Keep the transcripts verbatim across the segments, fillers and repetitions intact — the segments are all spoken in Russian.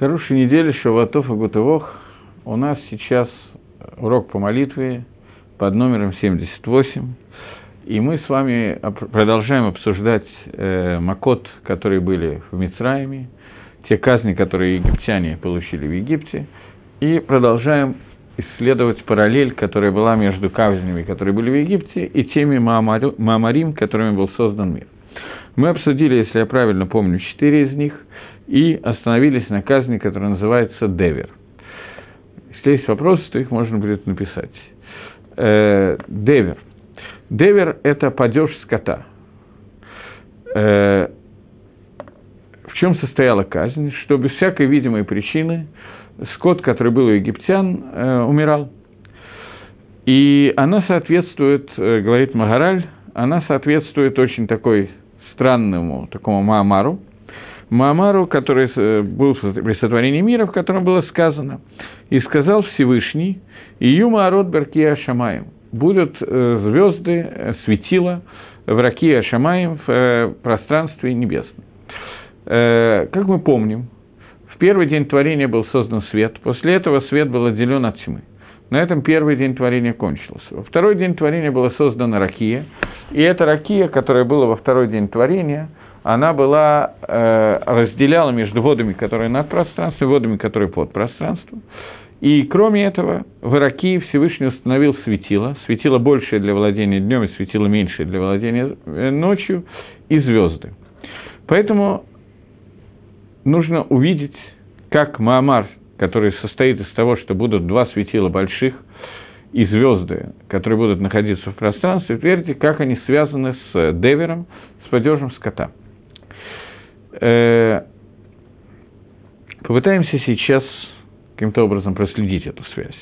Хорошей недели, Шавуатов и Гутывох. У нас сейчас урок по молитве под номером семьдесят восемь. И мы с вами продолжаем обсуждать э, макот, которые были в Мицраиме, те казни, которые египтяне получили в Египте, и продолжаем исследовать параллель, которая была между казнями, которые были в Египте, и теми маамарим, которыми был создан мир. Мы обсудили, если я правильно помню, четыре из них, и остановились на казни, которая называется Девер. Если есть вопросы, то их можно будет написать. Э, Девер. Девер – это падеж скота. Э, в чем состояла казнь? Что без всякой видимой причины скот, который был у египтян, э, умирал. И она соответствует, э, говорит Магараль, она соответствует очень такой странному такому маамару, маамару, который был при сотворении мира, в котором было сказано: «И сказал Всевышний, Июма арот баркия шамаем, будут э, звезды, э, светила в ракия шамаем, в э, пространстве небесном». Э, как мы помним, в первый день творения был создан свет, после этого свет был отделен от тьмы. На этом первый день творения кончился. Во второй день творения была создана ракия, и эта ракия, которая была во второй день творения, она была, э, разделяла между водами, которые над пространством, и водами, которые под пространством. И кроме этого, в ракии Всевышний установил светило, светило большее для владения днем и светило меньшее для владения ночью, и звезды. Поэтому нужно увидеть, как маамар, который состоит из того, что будут два светила больших и звезды, которые будут находиться в пространстве, верьте, как они связаны с девером, с падежем скота. Э, попытаемся сейчас каким-то образом проследить эту связь.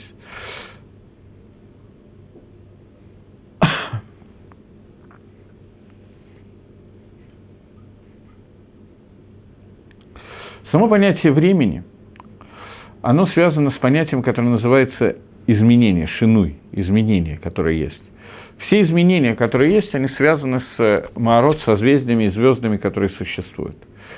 Само понятие времени, оно связано с понятием, которое называется изменение, шинуй, изменение, которое есть. Все изменения, которые есть, они связаны с маарот, созвездиями и звездами, которые существуют.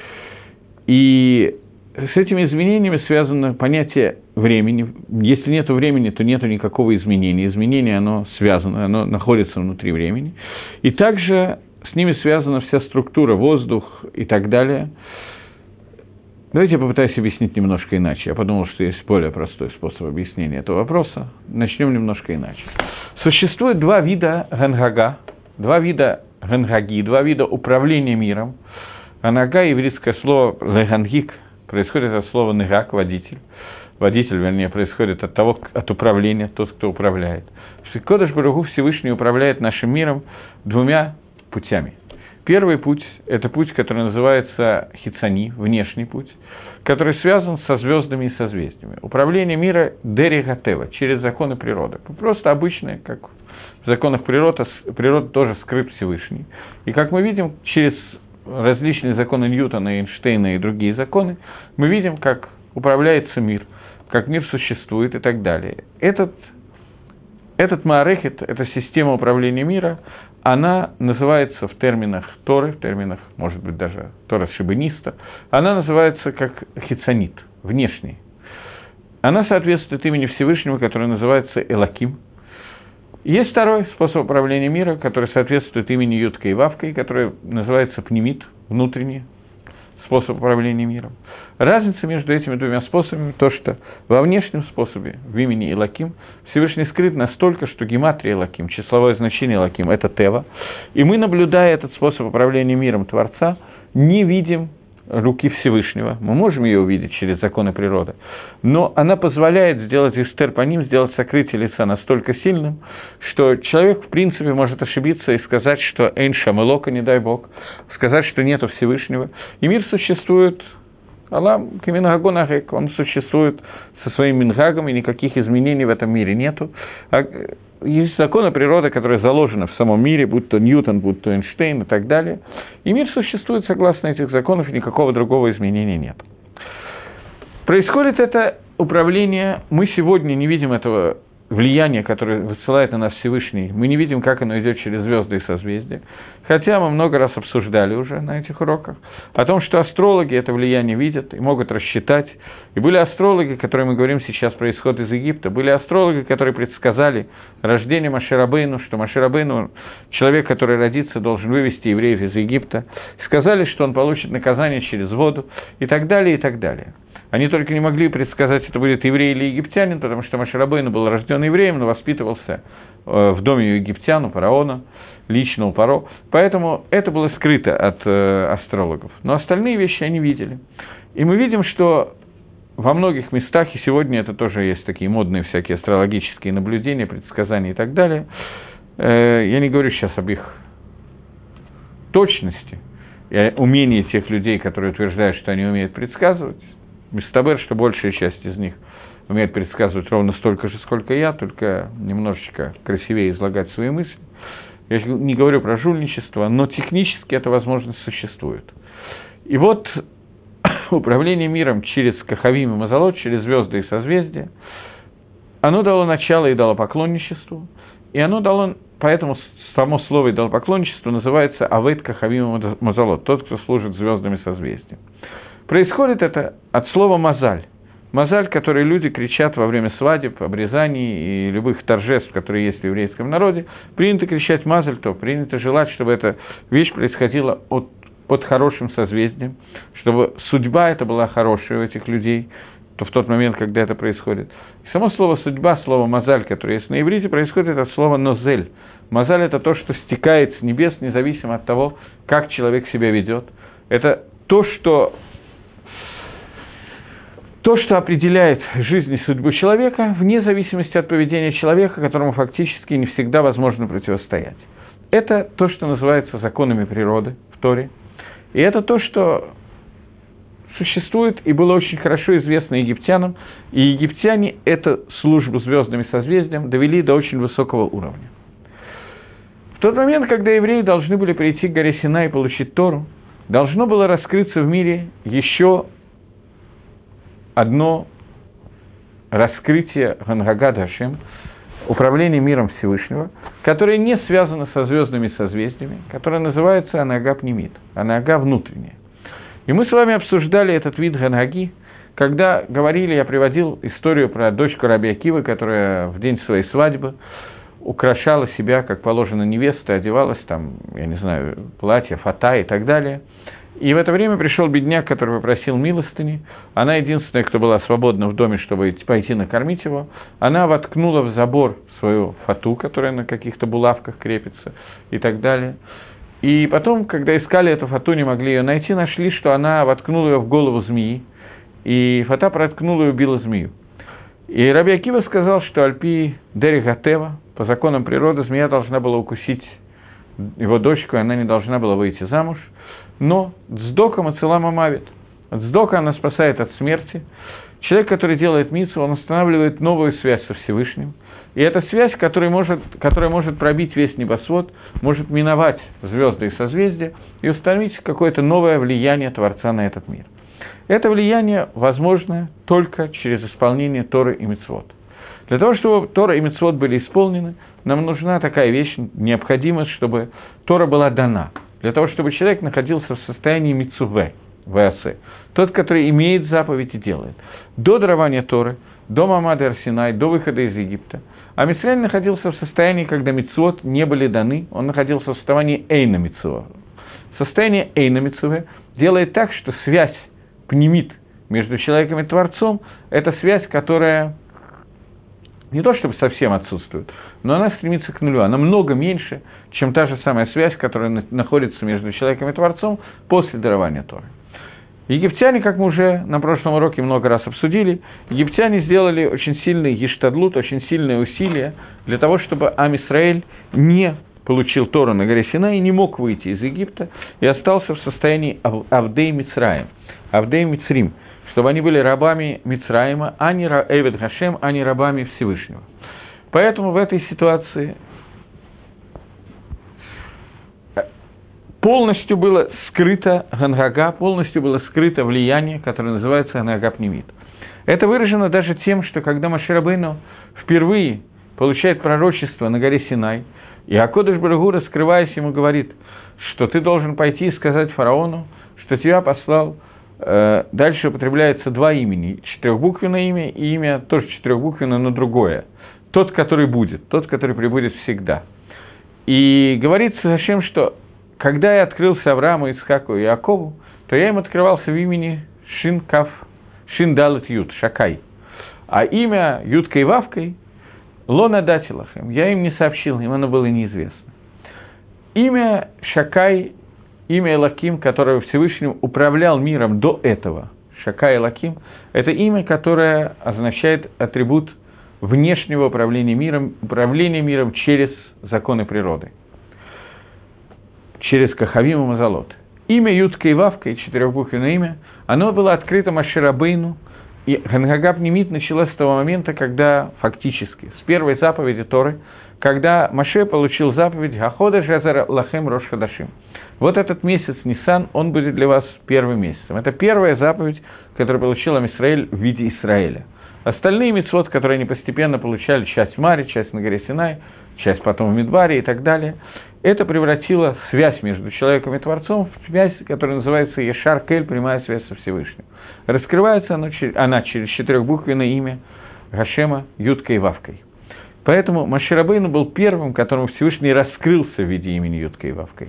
И с этими изменениями связано понятие времени. Если нет времени, то нет никакого изменения. Изменение, оно связано, оно находится внутри времени. И также с ними связана вся структура, воздух и так далее. Давайте я попытаюсь объяснить немножко иначе. Я подумал, что есть более простой способ объяснения этого вопроса. Начнем немножко иначе. Существует два вида ганхага, два вида ганхаги, два вида управления миром. Ганхага, еврейское слово легангик, происходит от слова негак, водитель. Водитель, вернее, происходит от того, от управления, тот, кто управляет. Кодеш Барух Ху Всевышний управляет нашим миром двумя путями. Первый путь – это путь, который называется хицани, внешний путь, который связан со звездами и созвездиями. Управление мира дери гатева, через законы природы. Просто обычные, как в законах природы, природа тоже скрыт Всевышний. И как мы видим, через различные законы Ньютона, Эйнштейна и другие законы, мы видим, как управляется мир, как мир существует и так далее. Этот, этот маарехет, эта система управления мира, она называется в терминах Торы, в терминах, может быть, даже Тора Шибениста, она называется как хицанит, внешний. Она соответствует имени Всевышнего, который называется Элоким. Есть второй способ управления мира, который соответствует имени Юткой и Вавкой, который называется пнемит, внутренний способ управления миром. Разница между этими двумя способами то, что во внешнем способе, в имени Элоким, Всевышний скрыт настолько, что гематрия Элоким, числовое значение Элоким – это Тева, и мы, наблюдая этот способ управления миром Творца, не видим руки Всевышнего. Мы можем ее увидеть через законы природы, но она позволяет сделать эстер по ним, сделать сокрытие лица настолько сильным, что человек, в принципе, может ошибиться и сказать, что «эйн шам элока», не дай Бог, сказать, что нету Всевышнего, и мир существует, Аллах, кимингагон агек, он существует со своим мингагом, и никаких изменений в этом мире нету. А есть законы природы, которые заложены в самом мире, будь то Ньютон, будь то Эйнштейн и так далее. И мир существует согласно этих законов, и никакого другого изменения нет. Происходит это управление, мы сегодня не видим этого влияние, которое высылает на нас Всевышний, мы не видим, как оно идет через звезды и созвездия. Хотя мы много раз обсуждали уже на этих уроках о том, что астрологи это влияние видят и могут рассчитать. И были астрологи, которые мы говорим сейчас про исход из Египта, были астрологи, которые предсказали рождение Моше Рабейну, что Моше Рабейну, человек, который родится, должен вывести евреев из Египта. Сказали, что он получит наказание через воду и так далее, и так далее. Они только не могли предсказать, это будет еврей или египтянин, потому что Моше Рабейну был рожден евреем, но воспитывался в доме у египтян, у фараона, лично у Паро. Поэтому это было скрыто от э, астрологов. Но остальные вещи они видели. И мы видим, что во многих местах, и сегодня это тоже есть такие модные всякие астрологические наблюдения, предсказания и так далее. Э, я не говорю сейчас об их точности, и умении тех людей, которые утверждают, что они умеют предсказывать. Мистабер, что большая часть из них умеет предсказывать ровно столько же, сколько я, только немножечко красивее излагать свои мысли. Я не говорю про жульничество, но технически эта возможность существует. И вот управление миром через Кахавим и Мазалот, через звезды и созвездия, оно дало начало и дало поклонничеству, и оно дало, поэтому само слово и дало поклонничество называется Авет Кахавим и Мазалот, тот, кто служит звездами созвездия. Происходит это от слова «мазаль». Мазаль, который люди кричат во время свадеб, обрезаний и любых торжеств, которые есть в еврейском народе, принято кричать «мазаль», то принято желать, чтобы эта вещь происходила от, под хорошим созвездием, чтобы судьба эта была хорошая у этих людей, то в тот момент, когда это происходит. И само слово «судьба», слово «мазаль», которое есть на иврите, происходит от слова «нозель». Мазаль – это то, что стекает с небес, независимо от того, как человек себя ведет. Это то, что... То, что определяет жизнь и судьбу человека, вне зависимости от поведения человека, которому фактически не всегда возможно противостоять. Это то, что называется законами природы в Торе. И это то, что существует и было очень хорошо известно египтянам. И египтяне эту службу звездным созвездием довели до очень высокого уровня. В тот момент, когда евреи должны были прийти к горе Синай и получить Тору, должно было раскрыться в мире еще одно раскрытие Ганагад Ашем, управление миром Всевышнего, которое не связано со звездными созвездиями, которое называется Анага Пнемит, Анага внутренняя. И мы с вами обсуждали этот вид Ганаги, когда говорили, я приводил историю про дочку Раби Акивы, которая в день своей свадьбы украшала себя, как положено невестой, одевалась там, я не знаю, платье, фата и так далее. И в это время пришел бедняк, который попросил милостыни. Она единственная, кто была свободна в доме, чтобы пойти накормить его. Она воткнула в забор свою фату, которая на каких-то булавках крепится и так далее. И потом, когда искали эту фату, не могли ее найти, нашли, что она воткнула ее в голову змеи. И фата проткнула и убила змею. И Раби Акива сказал, что Альпи Дери Гатева, по законам природы, змея должна была укусить его дочку, и она не должна была выйти замуж. Но Цдока Мацилама Мавит. Цдока она спасает от смерти. Человек, который делает мицву, он устанавливает новую связь со Всевышним. И эта связь, которая может, которая может пробить весь небосвод, может миновать звезды и созвездия и установить какое-то новое влияние Творца на этот мир. Это влияние возможно только через исполнение Торы и мицвот. Для того, чтобы Тора и мицвот были исполнены, нам нужна такая вещь, необходимость, чтобы Тора была дана. Для того, чтобы человек находился в состоянии мицуве, васе, тот, который имеет заповедь и делает. До дарования Торы, до Мамада ар-Синай, до выхода из Египта. А Мицраим находился в состоянии, когда мицвот не были даны, он находился в состоянии эйна мицува. Состояние эйна мицуве делает так, что связь пнемит между человеком и Творцом – это связь, которая не то чтобы совсем отсутствует, но она стремится к нулю, она много меньше, чем та же самая связь, которая находится между человеком и Творцом после дарования Торы. Египтяне, как мы уже на прошлом уроке много раз обсудили, египтяне сделали очень сильный ештадлут, очень сильное усилие для того, чтобы Ам Исраэль не получил Тору на горе Синай и не мог выйти из Египта и остался в состоянии Авдей Мицраим, Авдей Мицрим, чтобы они были рабами Мицраима, а не Эвед Гашем, а не рабами Всевышнего. Поэтому в этой ситуации полностью было скрыто Ганага, полностью было скрыто влияние, которое называется Ганага Пнемит. Это выражено даже тем, что когда Моше Рабейну впервые получает пророчество на горе Синай, и Акодыш Барух Ху, раскрываясь, ему говорит, что ты должен пойти и сказать фараону, что тебя послал. Э, дальше употребляется два имени, четырехбуквенное имя и имя тоже четырехбуквенное, но другое. Тот, который будет, тот, который прибудет всегда. И говорится Хашем, что когда я открылся Аврааму, Ицхаку и Якову, то я им открывался в имени Шин Кав, Шин Далет Юд, Шакай. А имя Юдкой и Вавкой Лона Датилахем, я им не сообщил, им оно было неизвестно. Имя Шакай, имя Элоким, которое Всевышний управлял миром до этого, Шакай Элоким, это имя, которое означает атрибут внешнего управления миром, управления миром через законы природы, через Кахавим и Мазалот. Имя Юдка и Вавка, четырехбуквенное имя, оно было открыто Моше Рабейну, и Ганагап Нимит началась с того момента, когда фактически, с первой заповеди Торы, когда Моше получил заповедь «Хаходеш Азар Лахем Рош Хадашим». Вот этот месяц Нисан, он будет для вас первым месяцем. Это первая заповедь, которую получил Ам Исраэль в виде Израиля. Остальные мицвот, которые они постепенно получали, часть в Маре, часть на горе Синай, часть потом в Мидбаре и так далее, это превратило связь между человеком и Творцом в связь, которая называется Ешар Кель, прямая связь со Всевышним. Раскрывается она, она через четырехбуквенное имя Гашема Юдкой и Вавкой. Поэтому Моше Рабейну был первым, которому Всевышний раскрылся в виде имени Юдкой и Вавкой.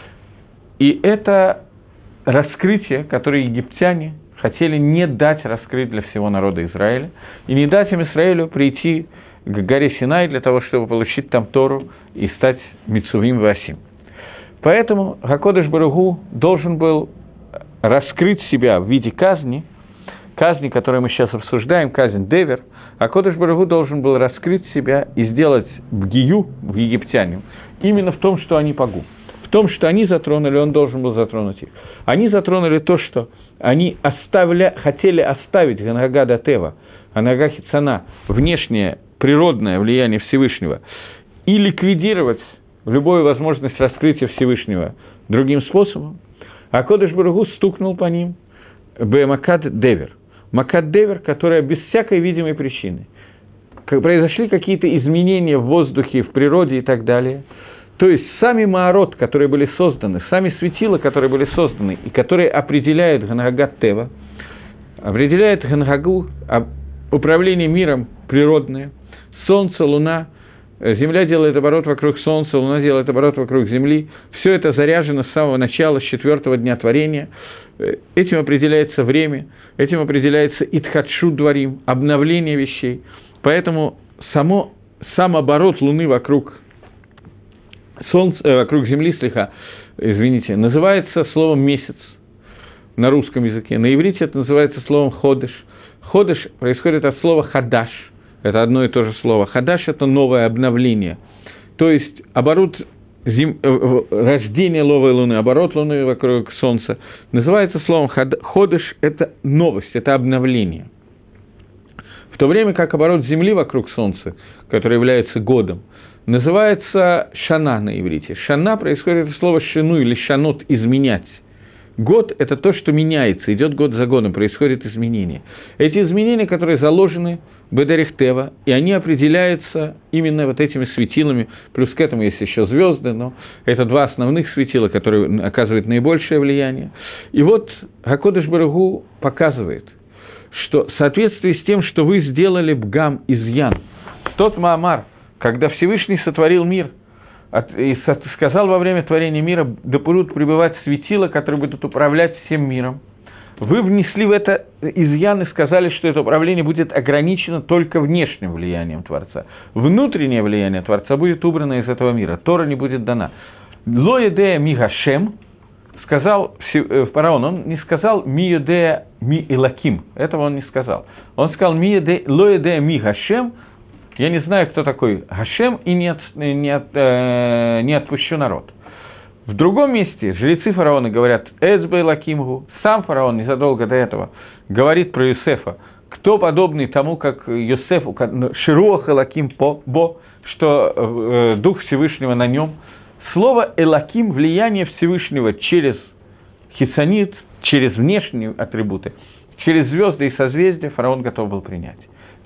И это раскрытие, которое египтяне хотели не дать раскрыть для всего народа Израиля, и не дать им Израилю прийти к горе Синай для того, чтобы получить там Тору и стать Мицувим Васим. Поэтому Акодыш Барух Ху должен был раскрыть себя в виде казни, казни, которую мы сейчас обсуждаем, казнь Девер. Акодыш Барух Ху должен был раскрыть себя и сделать бгию в египтянам именно в том, что они погу. В том, что они затронули, он должен был затронуть их. Они затронули то, что они оставля, хотели оставить Ганага Датева, Ганага Хицана, внешнее природное влияние Всевышнего, и ликвидировать любую возможность раскрытия Всевышнего другим способом. А Акодыш Барух Ху стукнул по ним Бе-Макад Девер. Макад Девер, которая без всякой видимой причины. Произошли какие-то изменения в воздухе, в природе и так далее. То есть сами Маарот, которые были созданы, сами светила, которые были созданы, и которые определяют Ганагат Тева, определяют Ганагу, управление миром природное, Солнце, Луна, Земля делает оборот вокруг Солнца, Луна делает оборот вокруг Земли. Все это заряжено с самого начала, с четвертого дня творения. Этим определяется время, этим определяется Итхадшут Дварим, обновление вещей. Поэтому само, сам оборот Луны вокруг Солнца, э, вокруг Земли, слегка, извините, называется словом «месяц» на русском языке. На иврите это называется словом «ходыш». «Ходыш» происходит от слова «хадаш». Это одно и то же слово. «Хадаш» – это новое обновление. То есть оборот зим... рождение новой Луны, оборот Луны вокруг Солнца называется словом «ходыш» – это новость, это обновление. В то время как оборот Земли вокруг Солнца, который является годом, называется «шана» на иврите. «Шана» происходит от слова «шину» или «шанот» – «изменять». Год – это то, что меняется, идет год за годом, происходят изменения. Эти изменения, которые заложены в Бедерих Тева, и они определяются именно вот этими светилами, плюс к этому есть еще звезды, но это два основных светила, которые оказывают наибольшее влияние. И вот Акодыш Барух Ху показывает, что в соответствии с тем, что вы сделали бгам изъян, в тот Маамар, когда Всевышний сотворил мир, и сказал во время творения мира, да будут пребывать светила, которые будут управлять всем миром, вы внесли в это изъян и сказали, что это управление будет ограничено только внешним влиянием Творца. Внутреннее влияние Творца будет убрано из этого мира, Тора не будет дана. Ло едея ми Гашем, сказал фараон, он не сказал ми едея ми Элоким, этого он не сказал. Он сказал ми едея, ло едея ми Гашем, я не знаю, кто такой Гашем, и не, от, не, от, э, не отпущу народ. В другом месте жрецы фараона говорят «Эцбэ Элокимгу», сам фараон незадолго до этого говорит про Йосефа, кто подобный тому, как Йосеф, «Шируах Элоким Бо», что э, Дух Всевышнего на нем. Слово «Элоким» – влияние Всевышнего через хисанит, через внешние атрибуты, через звезды и созвездия фараон готов был принять.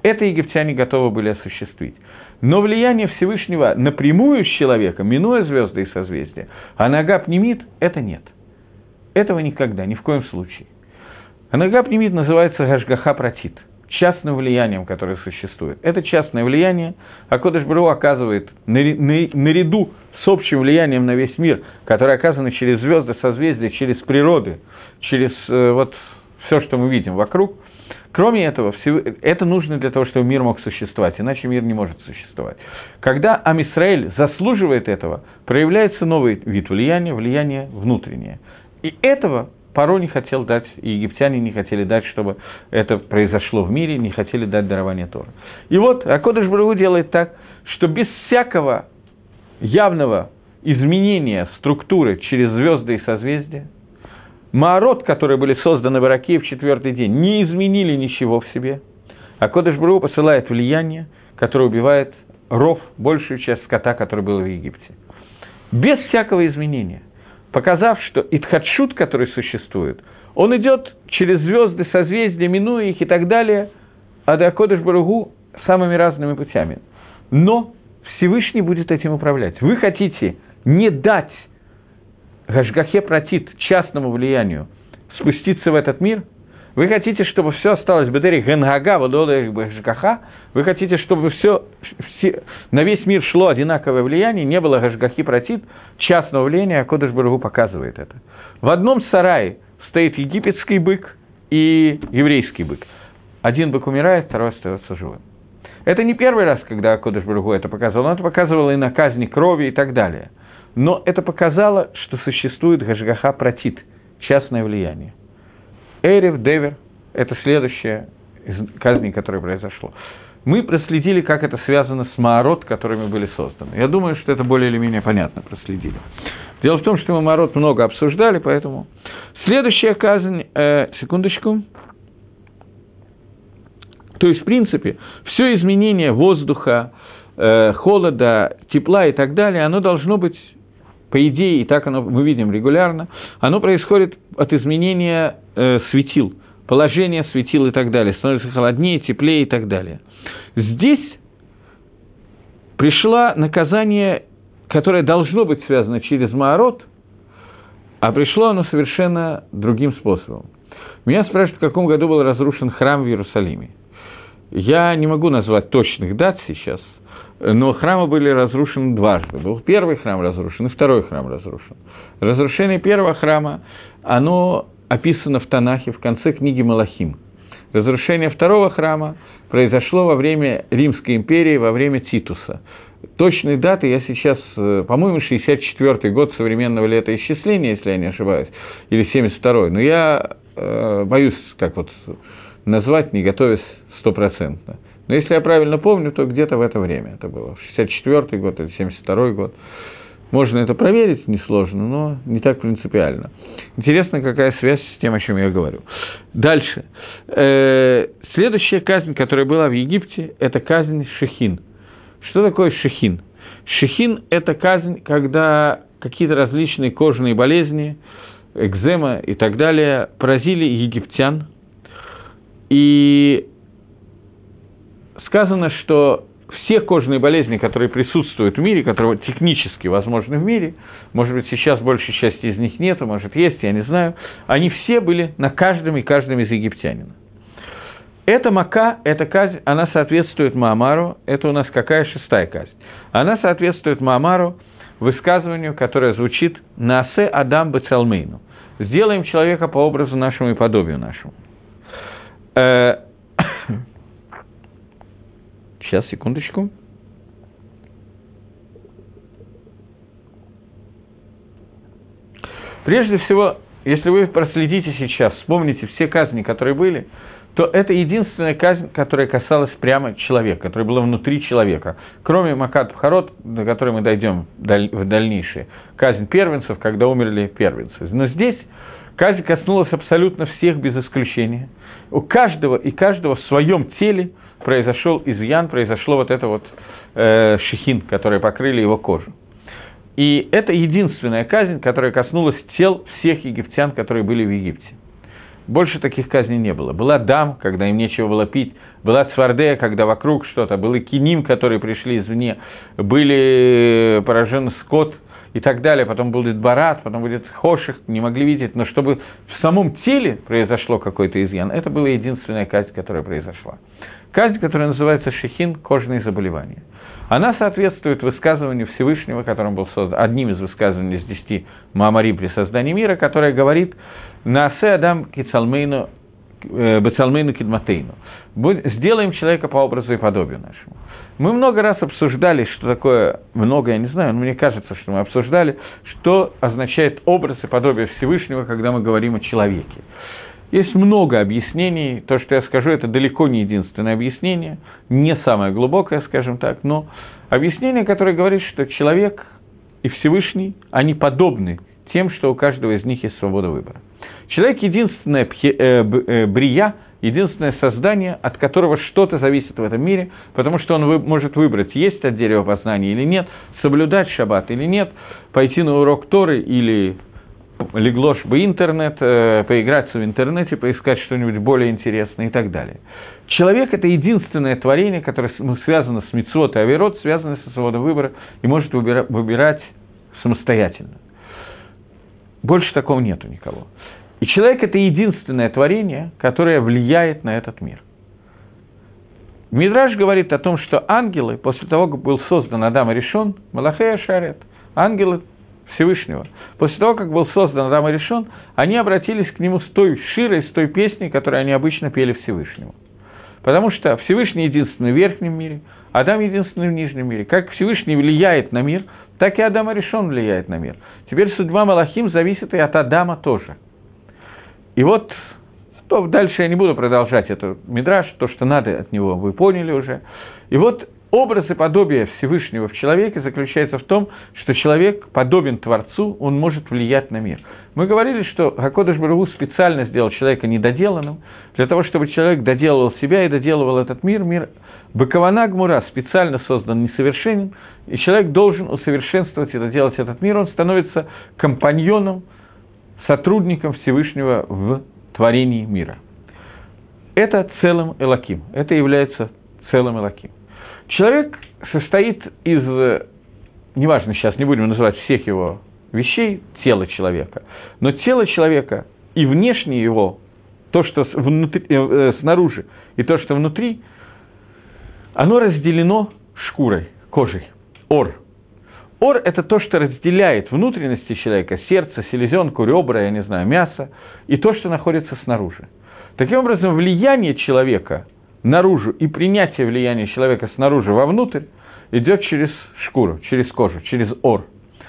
это египтяне готовы были осуществить. Но влияние Всевышнего напрямую с человеком, минуя звезды и созвездия, анага пнемит, это нет. Этого никогда, ни в коем случае. Анага пнемит называется гашгаха пратит, частным влиянием, которое существует. Это частное влияние, а Акодыш Барух Ху оказывает наряду с общим влиянием на весь мир, которое оказано через звезды, созвездия, через природы, через э, вот все, что мы видим вокруг. Кроме этого, это нужно для того, чтобы мир мог существовать, иначе мир не может существовать. Когда Ам Исраэль заслуживает этого, проявляется новый вид влияния, влияние внутреннее. И этого Паро не хотел дать, и египтяне не хотели дать, чтобы это произошло в мире, не хотели дать дарование Торы. И вот Акодыш Барух Ху делает так, что без всякого явного изменения структуры через звезды и созвездия, Маарот, которые были созданы в Ираке в четвертый день, не изменили ничего в себе. Акодыш Барух Ху посылает влияние, которое убивает ров, большую часть скота, который был в Египте. Без всякого изменения. Показав, что Итхадшут, который существует, он идет через звезды, созвездия, минуя их и так далее, а до Акодыш Барух Ху самыми разными путями. Но Всевышний будет этим управлять. Вы хотите не дать гашгахе пратит, частному влиянию, спуститься в этот мир? Вы хотите, чтобы все осталось бедери генгага, водода гашгаха? Вы хотите, чтобы все, все, на весь мир шло одинаковое влияние, не было гашгахи пратит, частного влияния, а Акодыш Барух Ху показывает это. В одном сарае стоит египетский бык и еврейский бык. Один бык умирает, второй остается живым. Это не первый раз, когда Акодыш Барух Ху это показывал, он это показывал и на казни крови и так далее. Но это показало, что существует гашгаха пратит, частное влияние. Эрев, Девер – это следующее из казней, которое произошло. Мы проследили, как это связано с Маарот, которыми были созданы. Я думаю, что это более или менее понятно проследили. Дело в том, что мы Маарот много обсуждали, поэтому... Следующая казнь... Э, секундочку. То есть, в принципе, все изменение воздуха, э, холода, тепла и так далее, оно должно быть... По идее, и так оно, мы видим регулярно, оно происходит от изменения э, светил, положения светил и так далее, становится холоднее, теплее и так далее. Здесь пришло наказание, которое должно быть связано через Маарот, а пришло оно совершенно другим способом. Меня спрашивают, в каком году был разрушен храм в Иерусалиме. Я не могу назвать точных дат сейчас, но храмы были разрушены дважды. Был первый храм разрушен и второй храм разрушен. Разрушение первого храма, оно описано в Танахе в конце книги Малахим. Разрушение второго храма произошло во время Римской империи, во время Титуса. Точные даты я сейчас, по-моему, шестьдесят четвёртый год современного летоисчисления, если я не ошибаюсь, или семьдесят второй, но я э, боюсь так вот назвать, не готовясь стопроцентно. Но если я правильно помню, то где-то в это время это было. шестьдесят четвёртый год или семьдесят второй год. Можно это проверить, несложно, но не так принципиально. Интересно, какая связь с тем, о чем я говорю. Дальше. Э-э- следующая казнь, которая была в Египте, это казнь Шехин. Что такое Шехин? Шехин – это казнь, когда какие-то различные кожные болезни, экзема и так далее поразили египтян. И сказано, что все кожные болезни, которые присутствуют в мире, которые технически возможны в мире, может быть, сейчас большей части из них нету, может, есть, я не знаю, они все были на каждом и каждом из египтянина. Эта мака, эта казнь, она соответствует Маамару, это у нас какая шестая казнь? Она соответствует Маамару, высказыванию, которое звучит «Наасе Адам бецалмейну» – «Сделаем человека по образу нашему и подобию нашему». Сейчас, секундочку. Прежде всего, если вы проследите сейчас, вспомните все казни, которые были, то это единственная казнь, которая касалась прямо человека, которая была внутри человека. Кроме Макат Пхарот, до которой мы дойдем в дальнейшее, казнь первенцев, когда умерли первенцы. Но здесь казнь коснулась абсолютно всех без исключения. У каждого и каждого в своем теле произошел изъян, произошло вот это вот э, шехин, которые покрыли его кожу. И это единственная казнь, которая коснулась тел всех египтян, которые были в Египте. больше таких казней не было. Была дам, когда им нечего было пить, была цвардея, когда вокруг что-то, был киним, которые пришли извне, были поражен скот и так далее, потом будет барат, потом будет хоших, не могли видеть, но чтобы в самом теле произошло какой-то изъян, это была единственная казнь, которая произошла. Казнь, которая называется шехин, кожные заболевания. Она соответствует высказыванию Всевышнего, которым был создан, одним из высказываний из десяти Маамарим при создании мира, которое говорит «Наасе адам кицалмейну, бецалмейну кидматейну». «Сделаем человека по образу и подобию нашему». Мы много раз обсуждали, что такое, много я не знаю, но мне кажется, что мы обсуждали, что означает образ и подобие Всевышнего, когда мы говорим о человеке. Есть много объяснений, то, что я скажу, это далеко не единственное объяснение, не самое глубокое, скажем так, но объяснение, которое говорит, что человек и Всевышний, они подобны тем, что у каждого из них есть свобода выбора. Человек – единственная брия, единственное создание, от которого что-то зависит в этом мире, потому что он вы, может выбрать, есть от дерева познания или нет, соблюдать шаббат или нет, пойти на урок Торы или легло бы интернет, э, поиграться в интернете, поискать что-нибудь более интересное и так далее. Человек – это единственное творение, которое связано с мицвот и авирот, связано со свободой выбора и может выбира- выбирать самостоятельно. Больше такого нету никого. И человек – это единственное творение, которое влияет на этот мир. Мидраш говорит о том, что ангелы, после того, как был создан Адам и Ришон, Малахей Ашарет, ангелы Всевышнего, после того, как был создан Адам и Ришон, они обратились к нему с той широй, с той песней, которую они обычно пели Всевышнему. Потому что Всевышний единственный в верхнем мире, Адам единственный в нижнем мире. Как Всевышний влияет на мир, так и Адам и Ришон влияет на мир. Теперь судьба Малахим зависит и от Адама тоже. И вот, то дальше я не буду продолжать этот мидраш, то, что надо от него, вы поняли уже. И вот образ и подобие Всевышнего в человеке заключается в том, что человек подобен Творцу, он может влиять на мир. Мы говорили, что Акодыш Барух Ху специально сделал человека недоделанным, для того, чтобы человек доделывал себя и доделывал этот мир. Мир Бакавана Гмура специально создан несовершенен, и человек должен усовершенствовать и доделать этот мир. Он становится компаньоном, сотрудником Всевышнего в творении мира. Это целым Элоким, это является целым Элоким. Человек состоит из, неважно, сейчас не будем называть всех его вещей, тела человека, но тело человека и внешнее его, то, что внутри, э, снаружи, и то, что внутри, оно разделено шкурой, кожей, ор. Ор – это то, что разделяет внутренности человека, сердце, селезенку, ребра, я не знаю, мясо, и то, что находится снаружи. Таким образом, влияние человека наружу и принятие влияния человека снаружи вовнутрь идет через шкуру, через кожу, через ор.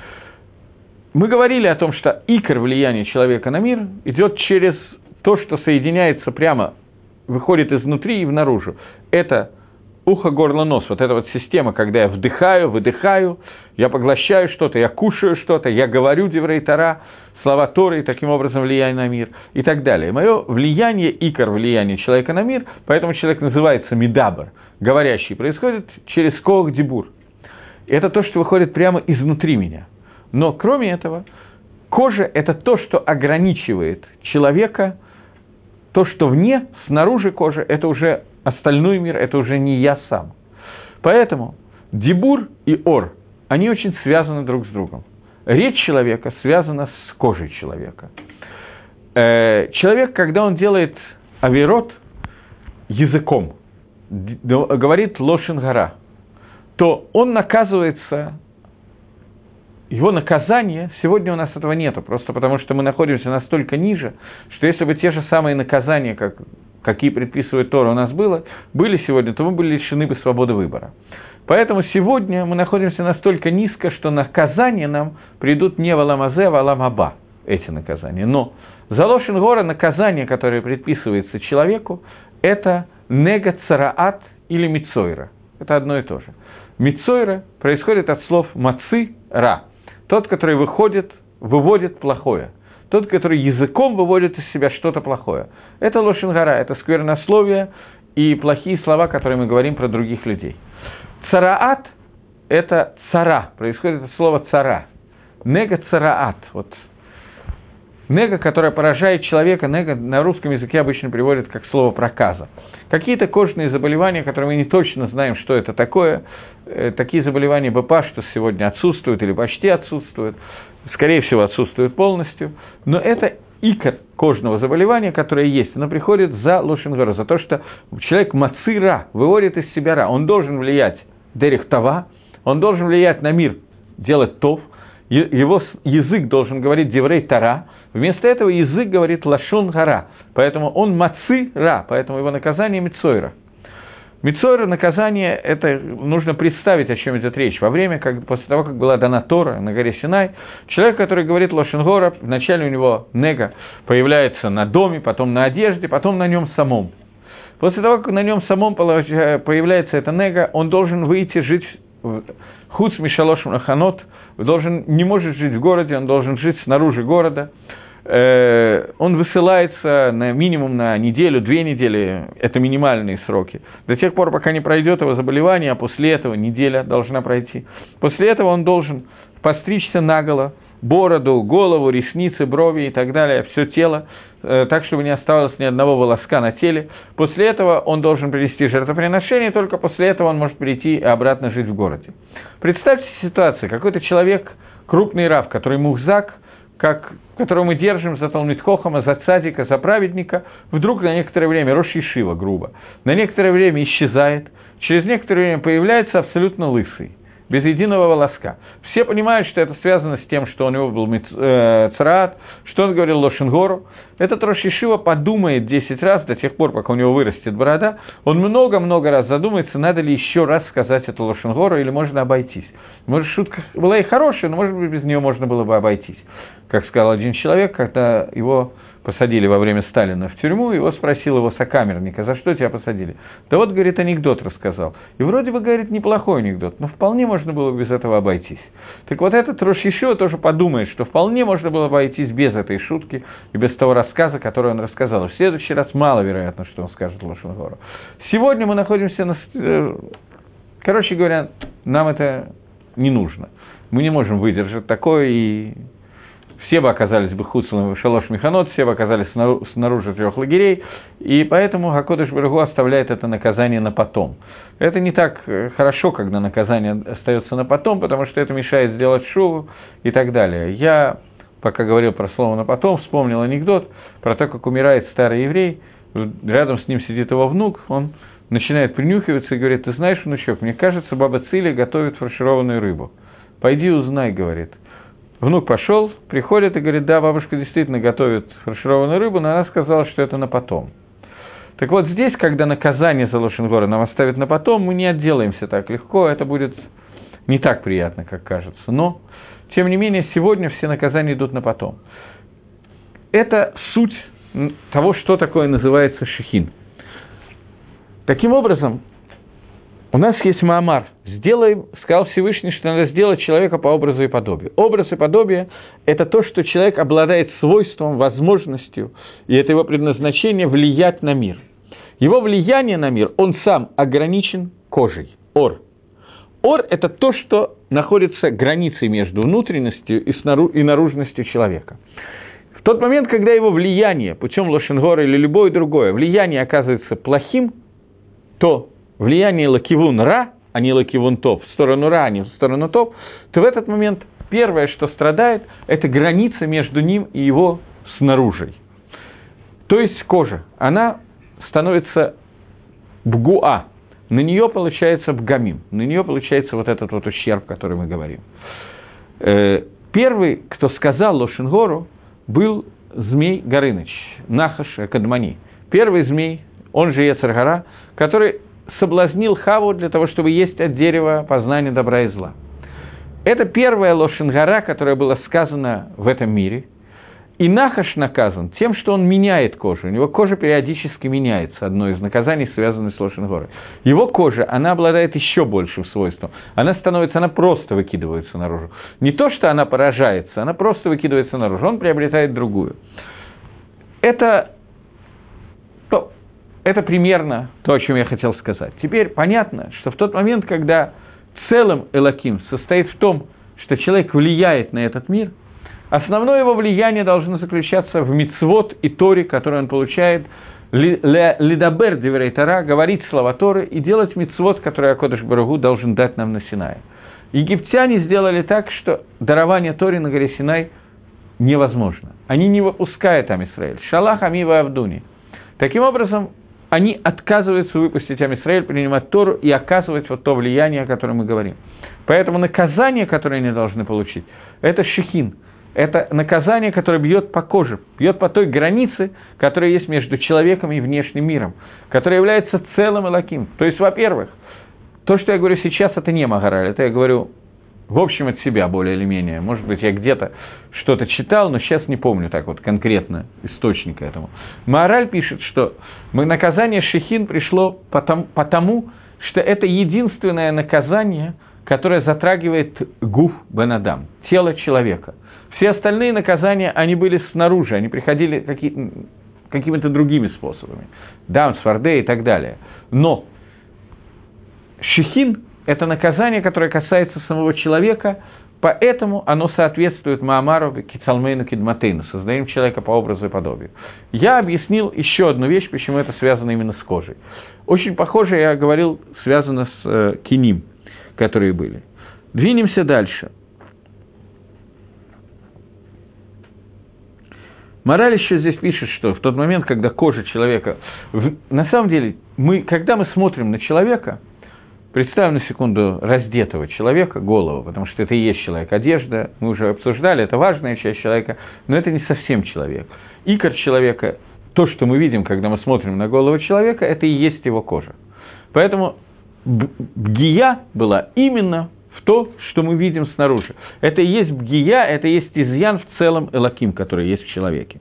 Мы говорили о том, что икор влияния человека на мир идет через то, что соединяется прямо, выходит изнутри и внаружу. Это ухо, горло, нос. Вот эта вот система, когда я вдыхаю, выдыхаю, я поглощаю что-то, я кушаю что-то, я говорю деврей Тора, слова Торы, и таким образом влияю на мир, и так далее. Мое влияние, икор влияние человека на мир, поэтому человек называется мидабр, говорящий, происходит через коах дибур. Это то, что выходит прямо изнутри меня. Но кроме этого, кожа – это то, что ограничивает человека, то, что вне, снаружи кожи – это уже остальной мир, это уже не я сам. Поэтому дибур и ор, они очень связаны друг с другом. Речь человека связана с кожей человека. Человек, когда он делает авирот языком, говорит лошен гара, то он наказывается, его наказание, сегодня у нас этого нету, просто потому что мы находимся настолько ниже, что если бы те же самые наказания, как, какие предписывает Тора, у нас было, были сегодня, то мы были лишены бы свободы выбора. Поэтому сегодня мы находимся настолько низко, что наказания нам придут не в Аламазе, а в Аламаба, эти наказания. Но за лошен гора наказание, которое предписывается человеку, это нега цараат или мицойра. Это одно и то же. Мицойра происходит от слов мацы, ра. Тот, который выходит, выводит плохое. Тот, который языком выводит из себя что-то плохое. Это лошен гора, это сквернословие и плохие слова, которые мы говорим про других людей. Цараат – это цара, происходит от слова цара. Нега цараат. Вот. нега, которая поражает человека, нега на русском языке обычно приводят как слово проказа. Какие-то кожные заболевания, которые мы не точно знаем, что это такое, такие заболевания бепаштус сегодня отсутствуют или почти отсутствуют, скорее всего, отсутствуют полностью, но это икор кожного заболевания, которое есть, оно приходит за лошен гора, за то, что человек мацира, выводит из себя ра, он должен влиять дерех това, он должен влиять на мир, делать тов, его язык должен говорить деврей тара, вместо этого язык говорит лашон гора, поэтому он мацира, поэтому его наказание мицойра. Мицойра, наказание, это нужно представить, о чем идет речь. Во время, как, после того, как была дана Тора на горе Синай, человек, который говорит лошен гора, вначале у него нега появляется на доме, потом на одежде, потом на нем самом. После того, как на нем самом появляется эта нега, он должен выйти жить в хуц мишалош маханот, должен, не может жить в городе, он должен жить снаружи города. Он высылается на минимум на неделю, две недели, это минимальные сроки, до тех пор, пока не пройдет его заболевание, а после этого неделя должна пройти. После этого он должен постричься наголо, бороду, голову, ресницы, брови и так далее, все тело, так, чтобы не оставалось ни одного волоска на теле. После этого он должен принести жертвоприношение, и только после этого он может прийти и обратно жить в городе. Представьте ситуацию, какой-то человек, крупный рав, который мухзак, как, которого мы держим за Талмид Хохама, за цадика, за праведника, вдруг на некоторое время, рош ешива, грубо, на некоторое время исчезает, через некоторое время появляется абсолютно лысый, без единого волоска. Все понимают, что это связано с тем, что у него был э, цраат, что он говорил лошен гору. Этот рош ешива подумает десять раз до тех пор, пока у него вырастет борода, он много-много раз задумается, надо ли еще раз сказать эту лошен гору, или можно обойтись. Может, шутка была и хорошая, но, может быть, без нее можно было бы обойтись. Как сказал один человек, когда его посадили во время Сталина в тюрьму, его спросил его сокамерник, а за что тебя посадили? Да вот, говорит, анекдот рассказал. И вроде бы, говорит, неплохой анекдот, но вполне можно было без этого обойтись. Так вот этот рош ешива тоже подумает, что вполне можно было обойтись без этой шутки и без того рассказа, который он рассказал. В следующий раз маловероятно, что он скажет лошен гору. Сегодня мы находимся на... Короче говоря, нам это не нужно. Мы не можем выдержать такое, и все бы оказались бы хуцлом шалош механот, все бы оказались снаружи трех лагерей, и поэтому Гакодеш Барух Ху оставляет это наказание на потом. Это не так хорошо, когда наказание остается на потом, потому что это мешает сделать шуву и так далее. Я, пока говорил про слово «на потом», вспомнил анекдот про то, как умирает старый еврей, рядом с ним сидит его внук, он начинает принюхиваться и говорит: ты знаешь, внучок, мне кажется, баба Циля готовит фаршированную рыбу. Пойди узнай, говорит. Внук пошел, приходит и говорит: да, бабушка действительно готовит фаршированную рыбу, но она сказала, что это на потом. Так вот здесь, когда наказание за лошен гора нам оставят на потом, мы не отделаемся так легко, это будет не так приятно, как кажется. Но, тем не менее, сегодня все наказания идут на потом. Это суть того, что такое называется шехин. Таким образом, у нас есть маамар. Сделаем, сказал Всевышний, что надо сделать человека по образу и подобию. Образ и подобие – это то, что человек обладает свойством, возможностью, и это его предназначение влиять на мир. Его влияние на мир, он сам ограничен кожей, ор. Ор – это то, что находится границей между внутренностью и, снару, и наружностью человека. В тот момент, когда его влияние, путем лошен гора или любое другое, влияние оказывается плохим, то влияние лакивун ра, а не лакивун топ, в сторону ра, а не в сторону топ, то в этот момент первое, что страдает, это граница между ним и его снаружи. То есть кожа, она становится бгуа, на нее получается бгамим, на нее получается вот этот вот ущерб, о котором мы говорим. Первый, кто сказал лошен гору, был змей Горыныч, Нахаш Кадмани. Первый змей, он же Йецер гара, который соблазнил Хаву для того, чтобы есть от дерева познания добра и зла. Это первая лошен гора, которая была сказана в этом мире. И Нахаш наказан тем, что он меняет кожу. У него кожа периодически меняется, одно из наказаний, связанных с лошен горой. Его кожа, она обладает еще большим свойством. Она становится, она просто выкидывается наружу. Не то, что она поражается, она просто выкидывается наружу. Он приобретает другую. Это... Это примерно то, о чем я хотел сказать. Теперь понятно, что в тот момент, когда целым Элоким состоит в том, что человек влияет на этот мир, Основное его влияние должно заключаться в мицвот и Торе, который он получает, лидабер деврей Тора, говорить слова Торы и делать мицвот, который Акодыш Барух Ху должен дать нам на Синае. Египтяне сделали так, что дарование Торе на горе Синай невозможно. Они не выпускают Ам Исраэль. Шалах ами ва авдуни. Таким образом, они отказываются выпустить Ам Исраэль, принимать Тору и оказывать вот то влияние, о котором мы говорим. Поэтому наказание, которое они должны получить, это шехин. Это наказание, которое бьет по коже, бьет по той границе, которая есть между человеком и внешним миром, которая является целым элоким. То есть, во-первых, то, что я говорю сейчас, это не Магараль, это я говорю в общем от себя более или менее. Может быть, я где-то что-то читал, но сейчас не помню так вот конкретно источника этому. Магараль пишет, что наказание шехин пришло потому, потому, что это единственное наказание, которое затрагивает гуф бен адам, тело человека. Все остальные наказания, они были снаружи, они приходили какие, какими-то другими способами. Дам, сварде и так далее. Но шехин – это наказание, которое касается самого человека, поэтому оно соответствует Маамару Кицалмейну Кидматейну, создаем человека по образу и подобию. Я объяснил еще одну вещь, почему это связано именно с кожей. Очень похоже, я говорил, связано с э, киним, которые были. Двинемся дальше. Мораль еще здесь пишет, что в тот момент, когда кожа человека... В, на самом деле, мы, когда мы смотрим на человека, представим на секунду раздетого человека, голову, потому что это и есть человек. Одежда, мы уже обсуждали, это важная часть человека, но это не совсем человек. Икор человека, то, что мы видим, когда мы смотрим на голову человека, это и есть его кожа. Поэтому бгия была именно в то, что мы видим снаружи. Это и есть бгия, это и есть изъян в целом элоким, который есть в человеке.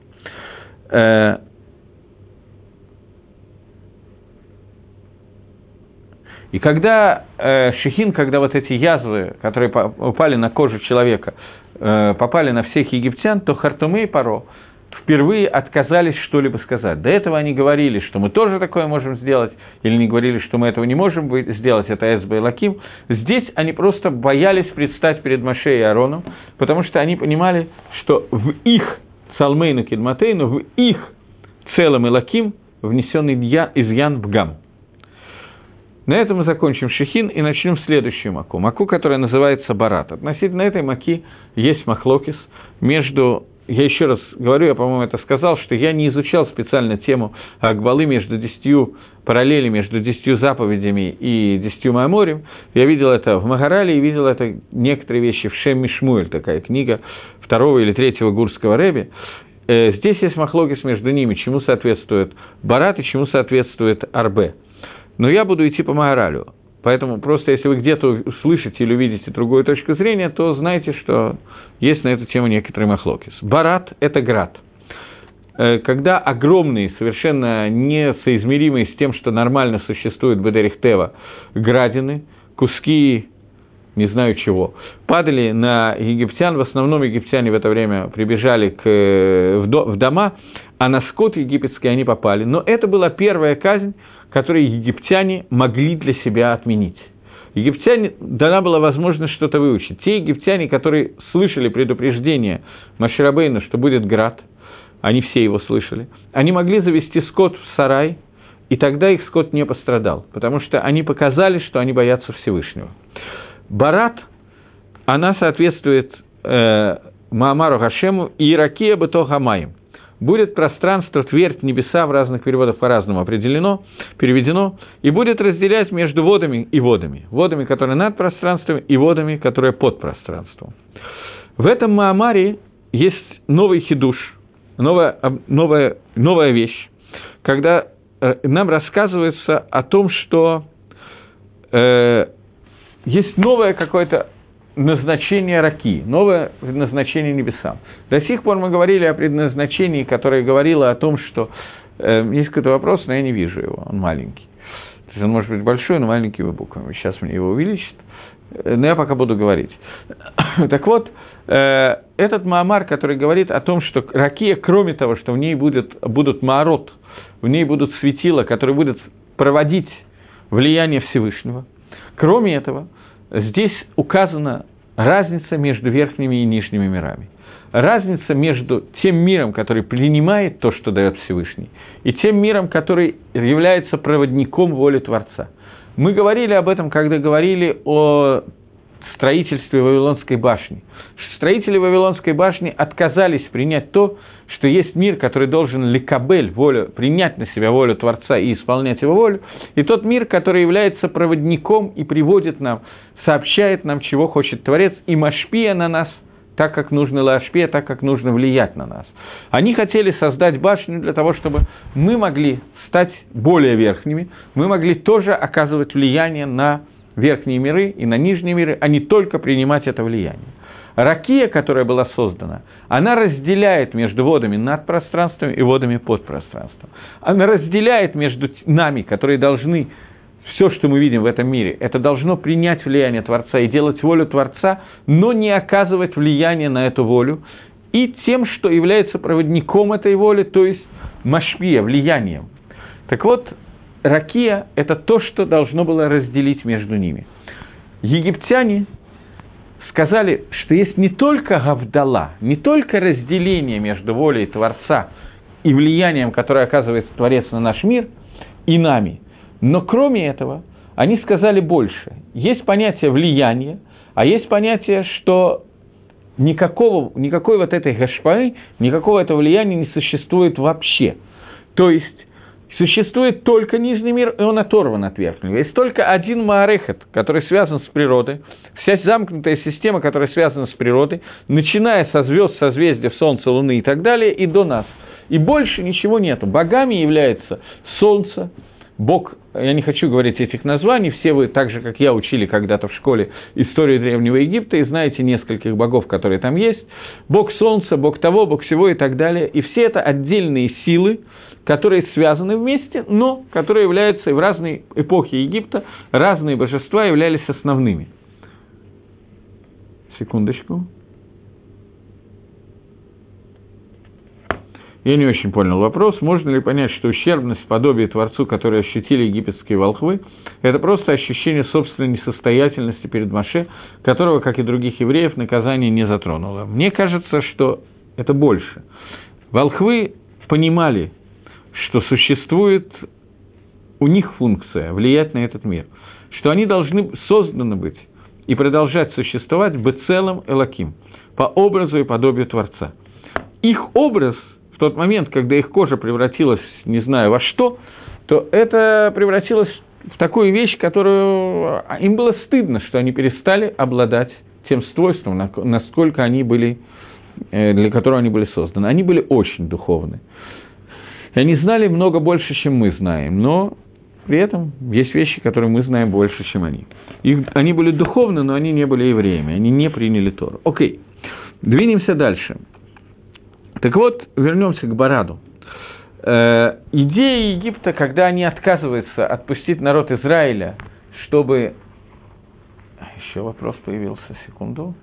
И когда э, шехин, когда вот эти язвы, которые упали на кожу человека, э, попали на всех египтян, то Хартуме и Паро впервые отказались что-либо сказать. До этого они говорили, что мы тоже такое можем сделать, или не говорили, что мы этого не можем сделать, это Эсба и Лаким. Здесь они просто боялись предстать перед Моше и Аароном, потому что они понимали, что в их Цалмейну Кидматейну, в их целом Элоким внесен изъян бгам. На этом мы закончим шехин и начнем следующую маку. Маку, которая называется барат. Относительно этой маки есть махлокис между... Я еще раз говорю, я, по-моему, это сказал, что я не изучал специально тему Акбалы между десятью параллели между десятью заповедями и десятью Мааморим. Я видел это в Магарале и видел это некоторые вещи в Шем Мишмуэль, такая книга второго или третьего гурского рэби. Здесь есть махлокис между ними, чему соответствует барат и чему соответствует арбе. Но я буду идти по Магаралю. Поэтому просто если вы где-то услышите или увидите другую точку зрения, то знайте, что есть на эту тему некоторые махлокис. Барат – это град. Когда огромные, совершенно несоизмеримые с тем, что нормально существует в Бедерих Тева, градины, куски, не знаю чего, падали на египтян, в основном египтяне в это время прибежали к, в, до, в дома, а на скот египетский они попали. Но это была первая казнь, которую египтяне могли для себя отменить. Египтяне, дана была возможность что-то выучить. Те египтяне, которые слышали предупреждение Моше Рабейну, что будет град, они все его слышали, они могли завести скот в сарай, и тогда их скот не пострадал, потому что они показали, что они боятся Всевышнего. Барат, она соответствует э, Маамару Гашему и Иракия Бето Хамаим. Будет пространство, твердь, небеса, в разных переводах по-разному определено, переведено, и будет разделять между водами и водами. Водами, которые над пространством, и водами, которые под пространством. В этом Маамаре есть новый хидуш, новая, новая, новая вещь, когда э, нам рассказывается о том, что э, есть новое какое-то назначение раки, новое предназначение небесам. До сих пор мы говорили о предназначении, которое говорило о том, что... Э, есть какой-то вопрос, но я не вижу его, он маленький. То есть он может быть большой, но маленькими буквами. Сейчас мне его увеличат, но я пока буду говорить. Так вот, э, этот Маамар, который говорит о том, что ракия, кроме того, что в ней будет, будут маарот, в ней будут светила, которые будут проводить влияние Всевышнего, кроме этого, здесь указана разница между верхними и нижними мирами. разница между тем миром, который принимает то, что дает Всевышний, и тем миром, который является проводником воли Творца. Мы говорили об этом, когда говорили о строительстве Вавилонской башни. Строители Вавилонской башни отказались принять то, что есть мир, который должен лекабель, волю, принять на себя волю Творца и исполнять его волю, и тот мир, который является проводником и приводит нам, сообщает нам, чего хочет Творец, и машпия на нас, так как нужно лашпия, так как нужно влиять на нас. Они хотели создать башню для того, чтобы мы могли стать более верхними, мы могли тоже оказывать влияние на верхние миры и на нижние миры, а не только принимать это влияние. Ракия, которая была создана, она разделяет между водами над пространством и водами под пространством. Она разделяет между нами, которые должны, все, что мы видим в этом мире, это должно принять влияние Творца и делать волю Творца, но не оказывать влияние на эту волю, и тем, что является проводником этой воли, то есть машпия, влиянием. Так вот, ракия – это то, что должно было разделить между ними. Египтяне сказали, что есть не только гавдала, не только разделение между волей Творца и влиянием, которое оказывает Творец на наш мир, и нами, но кроме этого, они сказали больше. Есть понятие влияния, а есть понятие, что никакого, никакой вот этой гашпаи, никакого этого влияния не существует вообще. То есть, существует только нижний мир, и он оторван от верхнего. Есть только один маарехет, который связан с природой, вся замкнутая система, которая связана с природой, начиная со звезд, созвездия, Солнца, Луны и так далее, и до нас. И больше ничего нету. Богами является Солнце, Бог, я не хочу говорить этих названий, все вы, так же, как я, учили когда-то в школе историю Древнего Египта, и знаете нескольких богов, которые там есть. Бог Солнца, Бог того, Бог всего и так далее. И все это отдельные силы, которые связаны вместе, но которые являются и в разные эпохи Египта, разные божества являлись основными. Секундочку. Я не очень понял вопрос. Можно ли понять, что ущербность подобия Творцу, которую ощутили египетские волхвы, это просто ощущение собственной несостоятельности перед Моше, которого, как и других евреев, наказание не затронуло? Мне кажется, что это больше. Волхвы понимали, что существует у них функция влиять на этот мир, что они должны созданы быть и продолжать существовать бецелем элоким, по образу и подобию Творца. Их образ в тот момент, когда их кожа превратилась, не знаю во что, то это превратилось в такую вещь, которую им было стыдно, что они перестали обладать тем свойством, насколько они были, для которого они были созданы. Они были очень духовны. И они знали много больше, чем мы знаем, но при этом есть вещи, которые мы знаем больше, чем они. Их, они были духовны, но они не были евреями, они не приняли Тору. Окей, двинемся дальше. Так вот, вернемся к Бараду. Э, идея Египта, когда они отказываются отпустить народ Израиля, чтобы... Еще вопрос появился, секунду.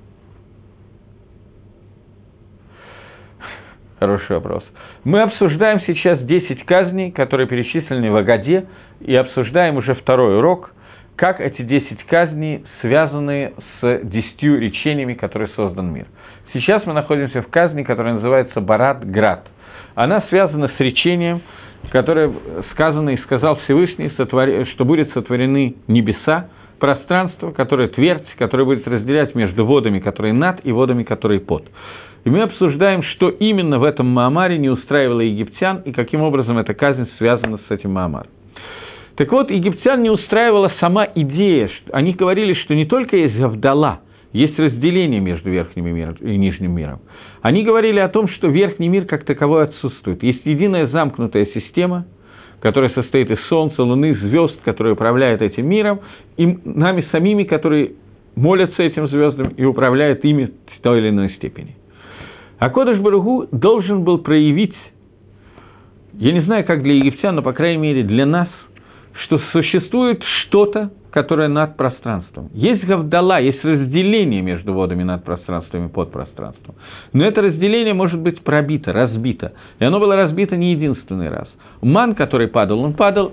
Хороший вопрос. Мы обсуждаем сейчас десять казней, которые перечислены в Агаде, и обсуждаем уже второй урок, как эти десять казней связаны с десятью речениями, которые создан мир. Сейчас мы находимся в казни, которая называется Барат-Град. Она связана с речением, которое сказано и сказал Всевышний, что будет сотворены небеса, пространство, которое твердь, которое будет разделять между водами, которые над, и водами, которые под. И мы обсуждаем, что именно в этом Маамаре не устраивало египтян, и каким образом эта казнь связана с этим Маамаром. Так вот, египтян не устраивала сама идея, что они говорили, что не только есть Гавдала, есть разделение между верхним миром и нижним миром. Они говорили о том, что верхний мир как таковой отсутствует. Есть единая замкнутая система, которая состоит из Солнца, Луны, звезд, которая управляет этим миром, и нами самими, которые молятся этим звездам и управляют ими в той или иной степени. А Кодеш Барух Ху должен был проявить, я не знаю, как для египтян, но, по крайней мере, для нас, что существует что-то, которое над пространством. Есть гавдала, есть разделение между водами над пространством и под пространством. Но это разделение может быть пробито, разбито. И оно было разбито не единственный раз. Ман, который падал, он падал,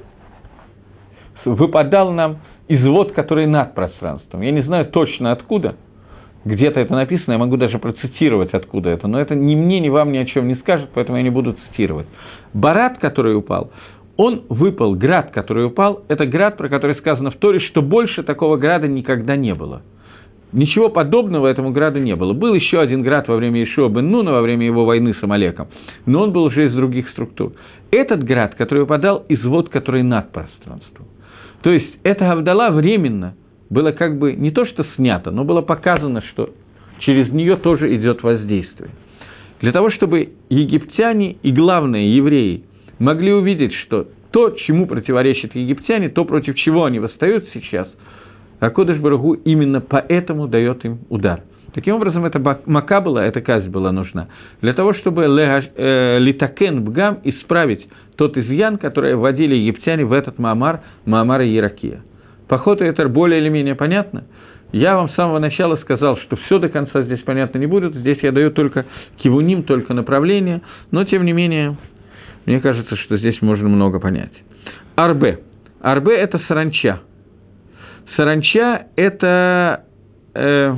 выпадал нам из вод, которые над пространством. Я не знаю точно откуда, где-то это написано, я могу даже процитировать, откуда это, но это ни мне, ни вам ни о чем не скажет, поэтому я не буду цитировать. Барат, который упал, он выпал, град, который упал, это град, про который сказано в Торе, что больше такого града никогда не было. Ничего подобного этому граду не было. Был еще один град во время Иешуа бен Нуна, во время его войны с Амалеком, но он был уже из других структур. Этот град, который выпадал из вод, который над пространством. То есть, эта Авдала временно было как бы не то, что снято, но было показано, что через нее тоже идет воздействие. Для того, чтобы египтяне и, главное, евреи могли увидеть, что то, чему противоречат египтяне, то, против чего они восстают сейчас, АКодеш Барух Ху именно поэтому дает им удар. Таким образом, эта мака была, эта казнь была нужна для того, чтобы литакен бгам исправить тот изъян, который вводили египтяне в этот Маамар, Маамар и Еракия. По ходу это более или менее понятно. Я вам с самого начала сказал, что все до конца здесь понятно не будет. Здесь я даю только кивуним, только направление, но тем не менее, мне кажется, что здесь можно много понять. Арбе. Арбе – это саранча. Саранча – это э,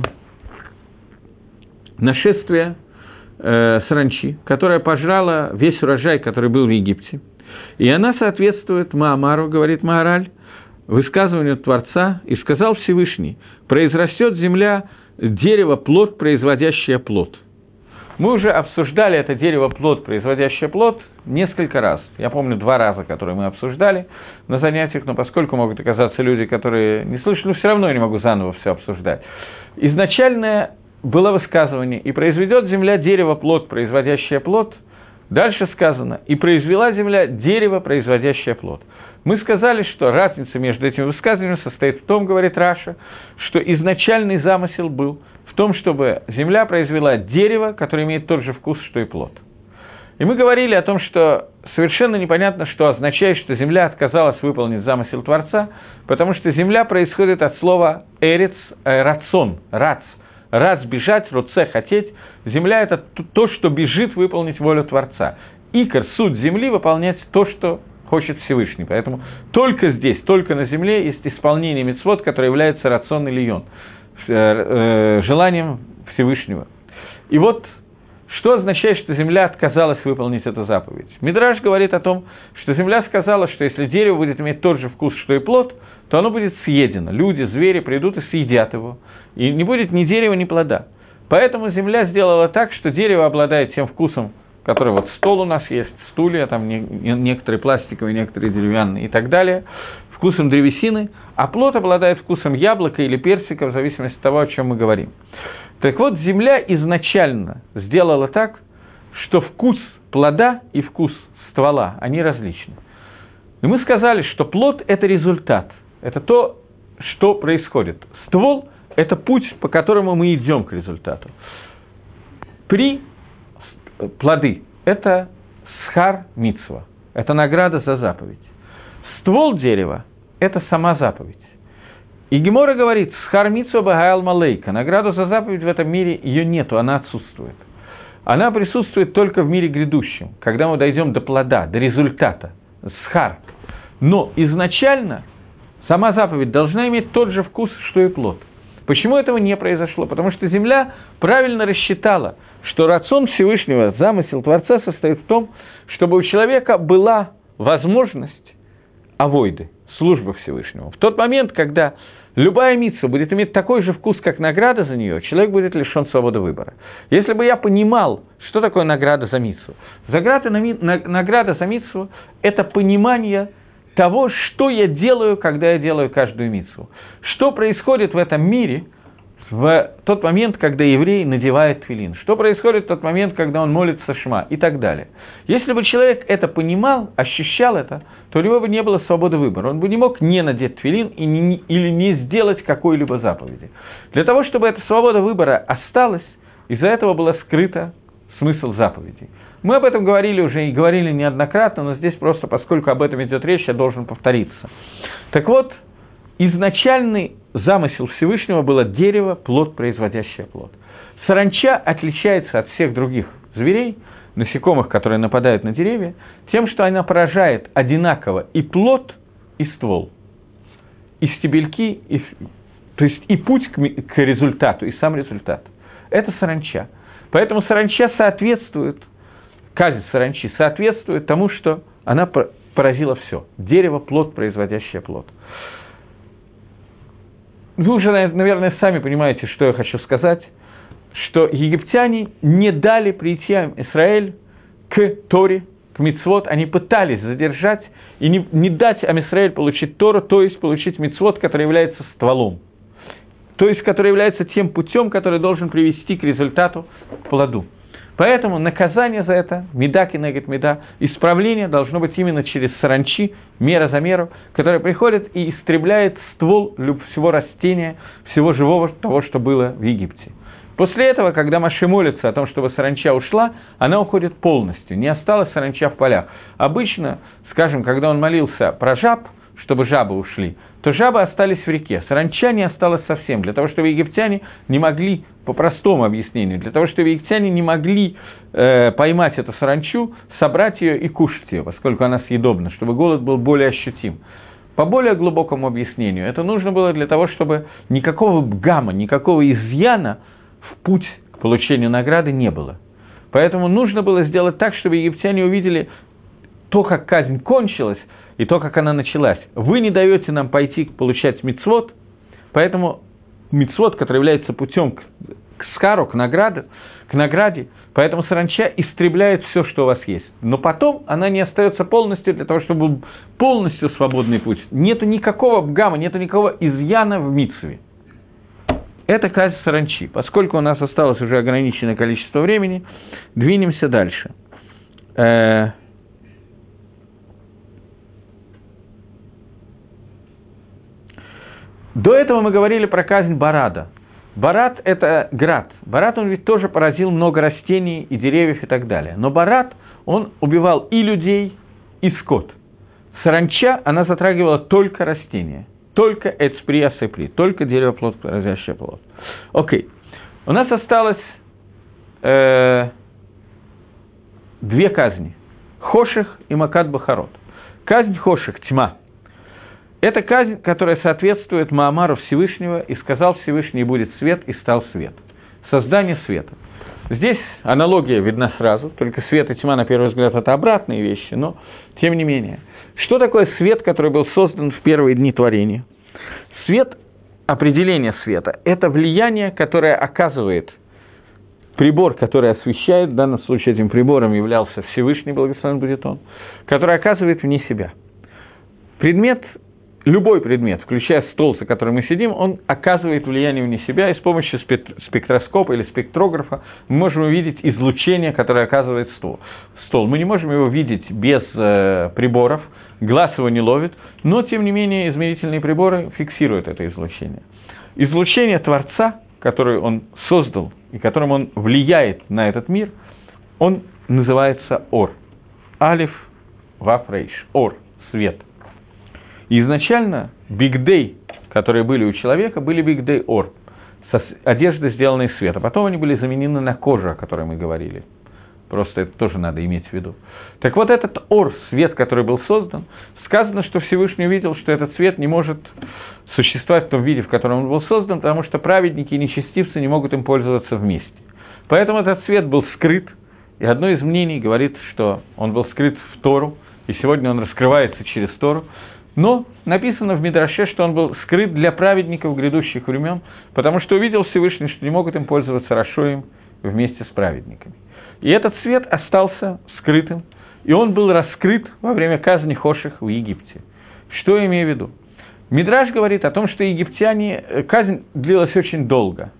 нашествие э, саранчи, которая пожрала весь урожай, который был в Египте. И она соответствует Маамару, говорит Маораль, высказыванию Творца, и сказал Всевышний: «Произрастет земля дерево, плод, производящее плод». Мы уже обсуждали это дерево, плод, производящее плод, несколько раз. Я помню два раза, которые мы обсуждали на занятиях, но поскольку могут оказаться люди, которые не слышали, но все равно я не могу заново все обсуждать. Изначальное было высказывание: «И произведет земля дерево, плод, производящее плод». Дальше сказано: «И произвела земля дерево, производящее плод». Мы сказали, что разница между этими высказываниями состоит в том, говорит Раша, что изначальный замысел был в том, чтобы земля произвела дерево, которое имеет тот же вкус, что и плод. И мы говорили о том, что совершенно непонятно, что означает, что земля отказалась выполнить замысел Творца, потому что земля происходит от слова «эрец», э, «рацон», «рац», «рац» – бежать, «роце» – хотеть. Земля – это то, что бежит выполнить волю Творца. Икор, суть земли – выполнять то, что хочет Всевышний. Поэтому только здесь, только на земле есть исполнение мицвот, которое является рацион или йон, желанием Всевышнего. И вот, что означает, что земля отказалась выполнить эту заповедь? Мидраш говорит о том, что земля сказала, что если дерево будет иметь тот же вкус, что и плод, то оно будет съедено. Люди, звери придут и съедят его. И не будет ни дерева, ни плода. Поэтому земля сделала так, что дерево обладает тем вкусом, который вот стол у нас есть, стулья, там не, не, некоторые пластиковые, некоторые деревянные и так далее, вкусом древесины, а плод обладает вкусом яблока или персика, в зависимости от того, о чем мы говорим. Так вот, земля изначально сделала так, что вкус плода и вкус ствола, они различны. И мы сказали, что плод – это результат, это то, что происходит. Ствол – это путь, по которому мы идем к результату. При плоды – это схар мицва, это награда за заповедь. Ствол дерева – это сама заповедь. И Гемора говорит: схар мицва багайл малейка, награду за заповедь в этом мире ее нету, она отсутствует. Она присутствует только в мире грядущем, когда мы дойдем до плода, до результата, схар. Но изначально сама заповедь должна иметь тот же вкус, что и плод. Почему этого не произошло? Потому что земля правильно рассчитала, что рацион Всевышнего, замысел Творца состоит в том, чтобы у человека была возможность авойды, службы Всевышнему. В тот момент, когда любая мицва будет иметь такой же вкус, как награда за нее, человек будет лишен свободы выбора. Если бы я понимал, что такое награда за мицву, награда за мицву – это понимание того, что я делаю, когда я делаю каждую мицву. Что происходит в этом мире в тот момент, когда еврей надевает тфилин, что происходит в тот момент, когда он молится шма и так далее. Если бы человек это понимал, ощущал это, то у него бы не было свободы выбора. Он бы не мог не надеть тфилин и не, или не сделать какой-либо заповеди. Для того, чтобы эта свобода выбора осталась, из-за этого было скрыто смысл заповедей. Мы об этом говорили уже и говорили неоднократно, но здесь просто, поскольку об этом идет речь, я должен повториться. Так вот, изначальный замысел Всевышнего было дерево, плод, производящее плод. Саранча отличается от всех других зверей, насекомых, которые нападают на деревья, тем, что она поражает одинаково и плод, и ствол, и стебельки, и То есть и путь к, к результату, и сам результат. Это саранча. Поэтому саранча соответствует, казнь саранчи соответствует тому, что она поразила все. Дерево, плод, производящее плод. Вы уже, наверное, сами понимаете, что я хочу сказать, что египтяне не дали прийти Израиль к Торе, к мицвот, они пытались задержать и не, не дать Ам-Исраэль получить Тору, то есть получить мицвот, который является стволом, то есть который является тем путем, который должен привести к результату, к плоду. Поэтому наказание за это, меда кинегет меда, исправление должно быть именно через саранчи, мера за меру, которая приходит и истребляет ствол всего растения, всего живого, того, что было в Египте. После этого, когда Моше молится о том, чтобы саранча ушла, она уходит полностью, не осталось саранча в полях. Обычно, скажем, когда он молился про жаб, чтобы жабы ушли, то жабы остались в реке, саранча не осталось совсем, для того, чтобы египтяне не могли, по простому объяснению, для того, чтобы египтяне не могли э, поймать эту саранчу, собрать ее и кушать ее, поскольку она съедобна, чтобы голод был более ощутим. По более глубокому объяснению, это нужно было для того, чтобы никакого гамма, никакого изъяна в путь к получению награды не было. Поэтому нужно было сделать так, чтобы египтяне увидели то, как казнь кончилась, и то, как она началась. Вы не даете нам пойти получать мицвот, поэтому мицвот, который является путем к, к скару, к награде, к награде, поэтому саранча истребляет все, что у вас есть. Но потом она не остается полностью для того, чтобы был полностью свободный путь. Нету никакого бгама, нету никакого изъяна в мицве. Это казнь саранчи. Поскольку у нас осталось уже ограниченное количество времени, двинемся дальше. Э- До этого мы говорили про казнь Барада. Барад – это град. Барад, он ведь тоже поразил много растений и деревьев и так далее. Но Барад, он убивал и людей, и скот. Саранча, она затрагивала только растения. Только эцпри асепри, только дерево, плод, поразящее плод. Окей. У нас осталось э, две казни. Хоших и Макат Бахарот. Казнь Хоших, тьма. Это казнь, которая соответствует Маамару Всевышнего, и сказал Всевышний, будет свет, и стал свет. Создание света. Здесь аналогия видна сразу, только свет и тьма, на первый взгляд, это обратные вещи, но тем не менее. Что такое свет, который был создан в первые дни творения? Свет, определение света, это влияние, которое оказывает прибор, который освещает, в данном случае этим прибором являлся Всевышний, благословен будет он, который оказывает вне себя. Предмет, любой предмет, включая стол, за которым мы сидим, он оказывает влияние вне себя, и с помощью спектроскопа или спектрографа мы можем увидеть излучение, которое оказывает стол. стол. Мы не можем его видеть без э, приборов, глаз его не ловит, но, тем не менее, измерительные приборы фиксируют это излучение. Излучение Творца, которое он создал и которым он влияет на этот мир, он называется Ор. Алиф, Вав, Рейш. Ор, свет. И изначально бигдей, которые были у человека, были бигдей Ор, со одежды, сделанной из света. Потом они были заменены на кожу, о которой мы говорили. Просто это тоже надо иметь в виду. Так вот этот Ор, свет, который был создан, сказано, что Всевышний увидел, что этот свет не может существовать в том виде, в котором он был создан, потому что праведники и нечестивцы не могут им пользоваться вместе. Поэтому этот свет был скрыт, и одно из мнений говорит, что он был скрыт в Тору, и сегодня он раскрывается через Тору, но написано в Мидраше, что он был скрыт для праведников грядущих времен, потому что увидел Всевышний, что не могут им пользоваться рашоим вместе с праведниками. И этот свет остался скрытым, и он был раскрыт во время казни Хоших в Египте. Что я имею в виду? Мидраш говорит о том, что египтяне, казнь длилась очень долго.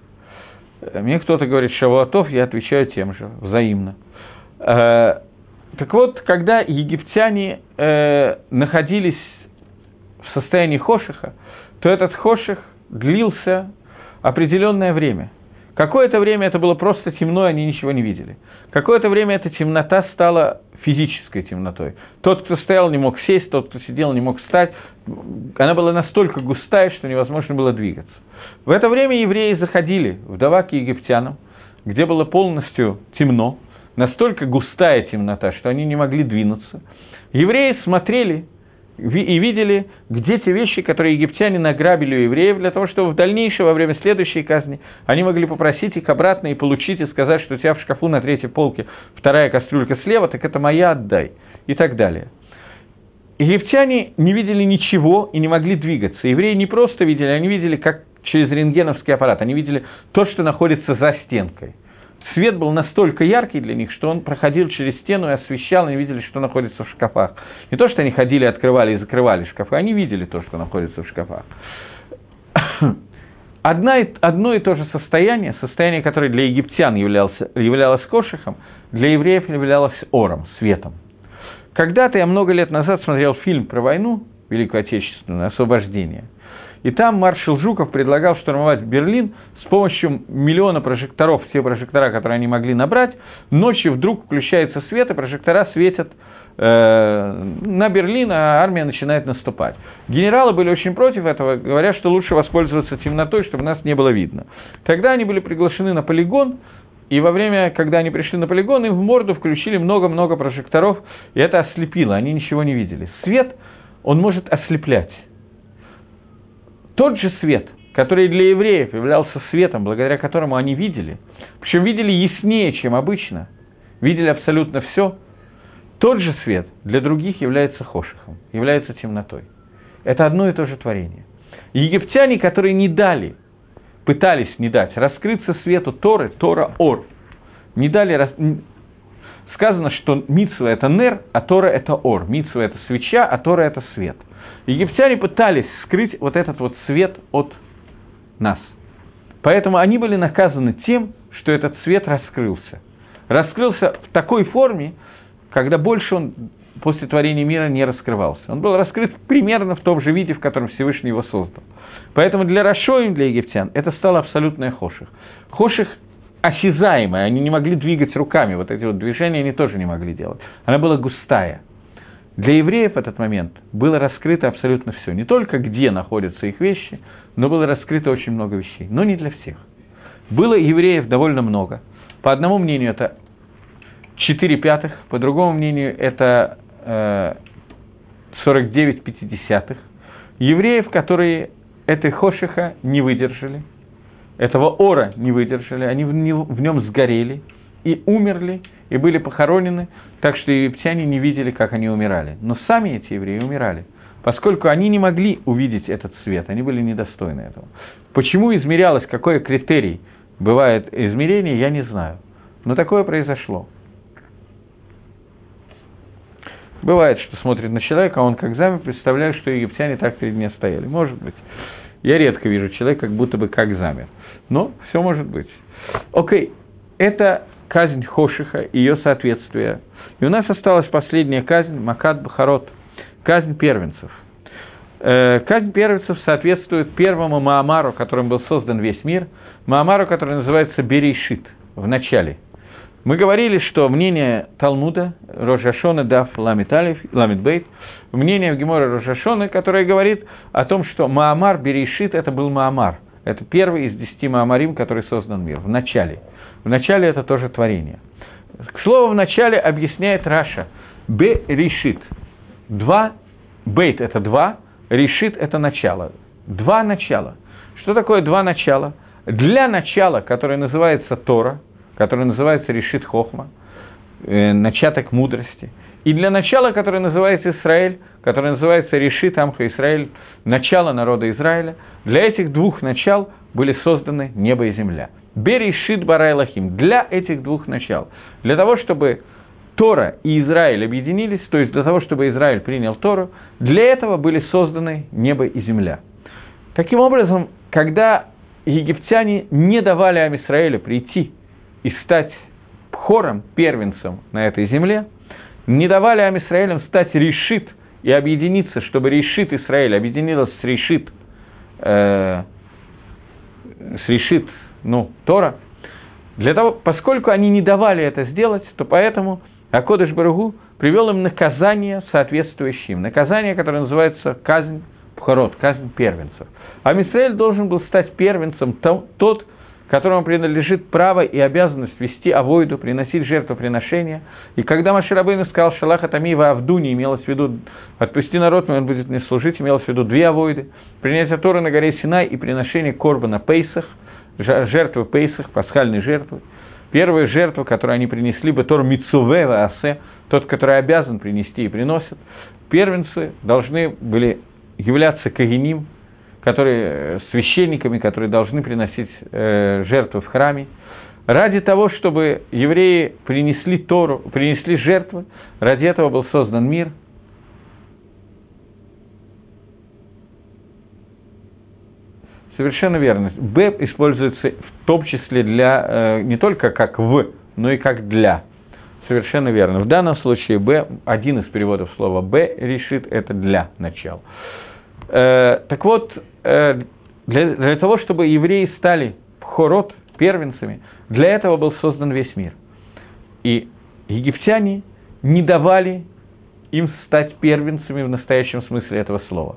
Мне кто-то говорит шавуатов, я отвечаю тем же, взаимно. Так вот, когда египтяне находились в состоянии Хошиха, то этот Хоших длился определенное время. Какое-то время это было просто темно, они ничего не видели. Какое-то время эта темнота стала физической темнотой. Тот, кто стоял, не мог сесть, тот, кто сидел, не мог встать. Она была настолько густая, что невозможно было двигаться. В это время евреи заходили в дома к египтянам, где было полностью темно, настолько густая темнота, что они не могли двинуться. Евреи смотрели и видели, где те вещи, которые египтяне награбили у евреев, для того, чтобы в дальнейшем, во время следующей казни, они могли попросить их обратно и получить, и сказать, что у тебя в шкафу на третьей полке вторая кастрюлька слева, так это моя, отдай, и так далее. Египтяне не видели ничего и не могли двигаться. Евреи не просто видели, они видели, как через рентгеновский аппарат, они видели то, что находится за стенкой. Свет был настолько яркий для них, что он проходил через стену и освещал, они видели, что находится в шкафах. Не то, что они ходили, открывали и закрывали шкафы, они видели то, что находится в шкафах. Одна, одно и то же состояние, состояние, которое для египтян являлся, являлось кошихом, для евреев являлось ором, светом. Когда-то я много лет назад смотрел фильм про войну, Великую Отечественную, освобождение, и там маршал Жуков предлагал штурмовать Берлин с помощью миллиона прожекторов, все прожектора, которые они могли набрать. Ночью вдруг включается свет, и прожектора светят э, на Берлин, а армия начинает наступать. Генералы были очень против этого, говоря, что лучше воспользоваться темнотой, чтобы нас не было видно. Тогда они были приглашены на полигон, и во время, когда они пришли на полигон, им в морду включили много-много прожекторов, и это ослепило, они ничего не видели. Свет, он может ослеплять. Тот же свет, который для евреев являлся светом, благодаря которому они видели, причем видели яснее, чем обычно, видели абсолютно все, тот же свет для других является хошихом, является темнотой. Это одно и то же творение. Египтяне, которые не дали, пытались не дать раскрыться свету Торы, Тора Ор, не дали, рас... сказано, что мицва – это нер, а Тора – это ор, мицва – это свеча, а Тора – это свет. Египтяне пытались скрыть вот этот вот свет от нас. Поэтому они были наказаны тем, что этот свет раскрылся. Раскрылся в такой форме, когда больше он после творения мира не раскрывался. Он был раскрыт примерно в том же виде, в котором Всевышний его создал. Поэтому для рашоим, для египтян, это стало абсолютное хоших. Хоших осязаемое, они не могли двигать руками, вот эти вот движения они тоже не могли делать. Она была густая. Для евреев в этот момент было раскрыто абсолютно все. Не только где находятся их вещи, но было раскрыто очень много вещей. Но не для всех. Было евреев довольно много. По одному мнению это четыре пятых, по другому мнению это э, сорок девять пятидесятых. Евреев, которые этой хошиха не выдержали, этого ора не выдержали, они в нем сгорели и умерли, и были похоронены, так что египтяне не видели, как они умирали. Но сами эти евреи умирали, поскольку они не могли увидеть этот свет, они были недостойны этого. Почему измерялось, какой критерий бывает измерение, я не знаю. Но такое произошло. Бывает, что смотрит на человека, а он как замер, представляет, что египтяне так перед ним стояли. Может быть. Я редко вижу человека, как будто бы как замер. Но все может быть. Окей, это казнь Хошиха, ее соответствие. И у нас осталась последняя казнь, Макат Бахарот, казнь первенцев. Э, казнь первенцев соответствует первому Маамару, которым был создан весь мир, Маамару, который называется Берешит, в начале. Мы говорили, что мнение Талмуда, Рош ха-Шана, Даф, Ламит Алеф, Ламит Бейт, мнение в Геморе Рош ха-Шана, которое говорит о том, что Маамар Берешит – это был Маамар. Это первый из десяти Маамарим, который создан мир, в начале. В начале это тоже творение. К слову, в начале объясняет Раша. Берешит. Два, Бейт – это два, Решит – это начало. Два начала. Что такое два начала? Для начала, которое называется Тора, который называется Решит Хохма, э, начаток мудрости, и для начала, которое называется Исраэль, которое называется Решит Амха Исраэль, начало народа Израиля, для этих двух начал были созданы небо и земля. Берешит bara Элохим, для этих двух начал. Для того, чтобы Тора и Израиль объединились, то есть для того, чтобы Израиль принял Тору, для этого были созданы небо и земля. Таким образом, когда египтяне не давали Ам-Исраэлю прийти и стать пхором, первенцем на этой земле, не давали Ам-Исраэлям стать решит и объединиться, чтобы решит Исраэль объединилась с решит, э, с решит, ну, Тора, для того, поскольку они не давали это сделать, то поэтому Акодыш Барух Ху привел им наказание соответствующее им, наказание, которое называется казнь пхорот, казнь первенцев. Ам-Исраэль должен был стать первенцем тот, которому принадлежит право и обязанность вести авойду, приносить жертвоприношения. И когда Моше Рабейну сказал «Шалах атами ва авдуни», имелось в виду «отпусти народ мой, он будет мне служить», имелось в виду две авойды, принятие Торы на горе Синай и приношение корбана Пейсах, жертвы Пейсах, пасхальной жертвы. Первая жертва, которую они принесли, Бетор Мицуве Ваасе, тот, который обязан принести и приносит. Первенцы должны были являться кагиним, которые, священниками, которые должны приносить э, жертвы в храме, ради того, чтобы евреи принесли Тору, принесли жертвы, ради этого был создан мир. Совершенно верно. «Б» используется в том числе для, э, не только как «в», но и как «для». Совершенно верно. В данном случае «б», один из переводов слова «б» решит, это «для» начала. Э, так вот, э, для, для того, чтобы евреи стали хорот, первенцами, для этого был создан весь мир. И египтяне не давали им стать первенцами в настоящем смысле этого слова.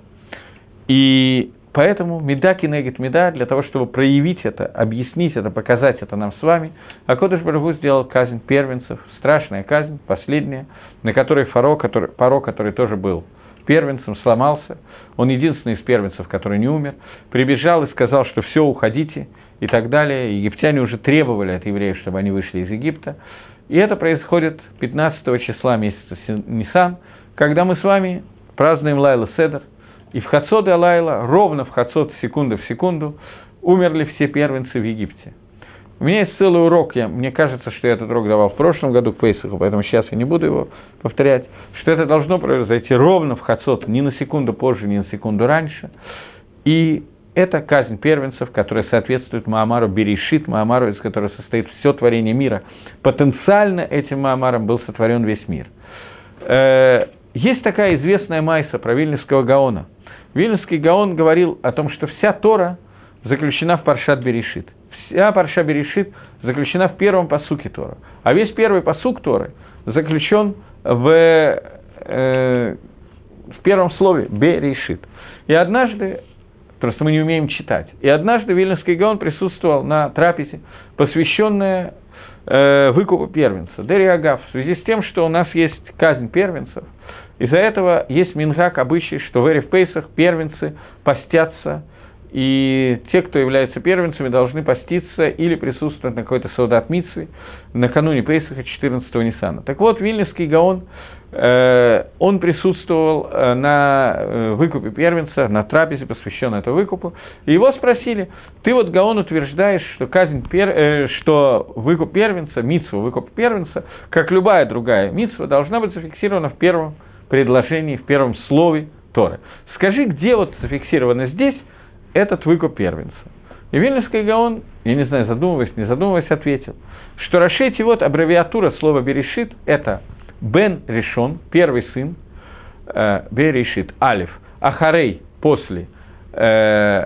И поэтому меда кинегет меда, для того, чтобы проявить это, объяснить это, показать это нам с вами, АКодеш Барух Ху сделал казнь первенцев, страшная казнь, последняя, на которой Фаро, который, Паро, который тоже был первенцем, сломался. Он единственный из первенцев, который не умер, прибежал и сказал, что все, уходите, и так далее. Египтяне уже требовали от евреев, чтобы они вышли из Египта. И это происходит пятнадцатого числа месяца Нисан, когда мы с вами празднуем Лайла Седер, и в Хацот и Лайла, ровно в Хацот, секунда в секунду, умерли все первенцы в Египте. У меня есть целый урок, я, мне кажется, что я этот урок давал в прошлом году к Пейсаху, поэтому сейчас я не буду его повторять, что это должно произойти ровно в Хацот, ни на секунду позже, ни на секунду раньше. И это казнь первенцев, которая соответствует Маамару Берешит, Маамару, из которого состоит все творение мира. Потенциально этим Маамаром был сотворен весь мир. Есть такая известная майса про Вильнюсского Гаона. Вильнюсский Гаон говорил о том, что вся Тора заключена в Паршат Берешит. Вся Парша Берешит заключена в первом пасуке Тора. А весь первый пасук Торы заключен в, э, в первом слове Берешит. И однажды, просто мы не умеем читать, и однажды Вильнюсский Гаон присутствовал на трапезе, посвященная э, выкупу первенца. Дери Агав, в связи с тем, что у нас есть казнь первенцев, из-за этого есть мингак обычай, что в Эрев Пейсах первенцы постятся, и те, кто являются первенцами, должны поститься или присутствовать на какой-то солдат мицве накануне Пейсаха четырнадцатого Нисана. Так вот, Вильнюсский Гаон, э, он присутствовал на э, выкупе первенца, на трапезе, посвященной этому выкупу, и его спросили: ты вот, Гаон, утверждаешь, что, казнь пер... э, что выкуп первенца, мицва, выкуп первенца, как любая другая мицва, должна быть зафиксирована в первом предложении, в первом слове Торы. Скажи, где вот зафиксировано здесь этот выкуп первенца? И Вильнюсский Гаон, я не знаю, задумываясь, не задумываясь, ответил, что рашейти, вот аббревиатура слова Берешит, это Бен Решон, первый сын, э, Берешит, Алиф, Ахарей, после, э,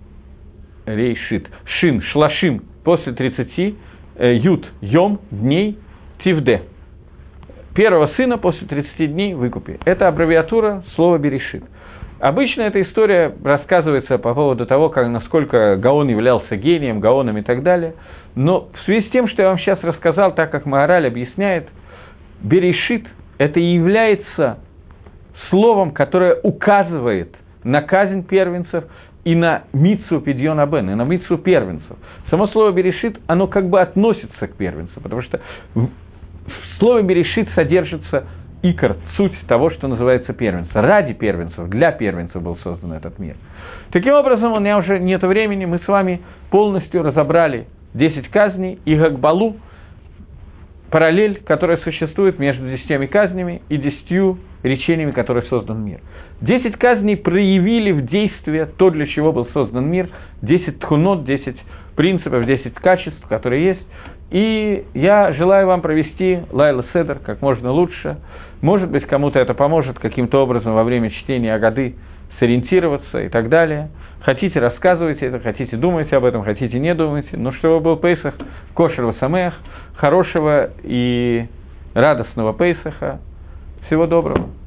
Рейшит, Шин, Шлашим, после тридцати, э, Ют, Йом, дней, Тивде. Первого сына после тридцати дней выкупи. Это аббревиатура слова Берешит. Обычно эта история рассказывается по поводу того, как, насколько Гаон являлся гением, Гаоном и так далее. Но в связи с тем, что я вам сейчас рассказал, так как Маораль объясняет, Берешит – это и является словом, которое указывает на казнь первенцев и на мицву Пидьон Абен, и на мицву первенцев. Само слово Берешит, оно как бы относится к первенцу, потому что в слове Берешит содержится икор, суть того, что называется первенство. Ради первенцев, для первенцев был создан этот мир. Таким образом, у меня уже нет времени, мы с вами полностью разобрали десять казней и Гагбалу, параллель, которая существует между десятью казнями и десятью речениями, которые создан мир. Десять казней проявили в действии то, для чего был создан мир, десять тхунот, десять принципов, десять качеств, которые есть. И я желаю вам провести Лайла Седер как можно лучше. Может быть, кому-то это поможет каким-то образом во время чтения Агады сориентироваться и так далее. Хотите, рассказывайте это, хотите, думайте об этом, хотите, не думайте. Но чтобы был Пейсах кошер васамеах, хорошего и радостного Пейсаха. Всего доброго.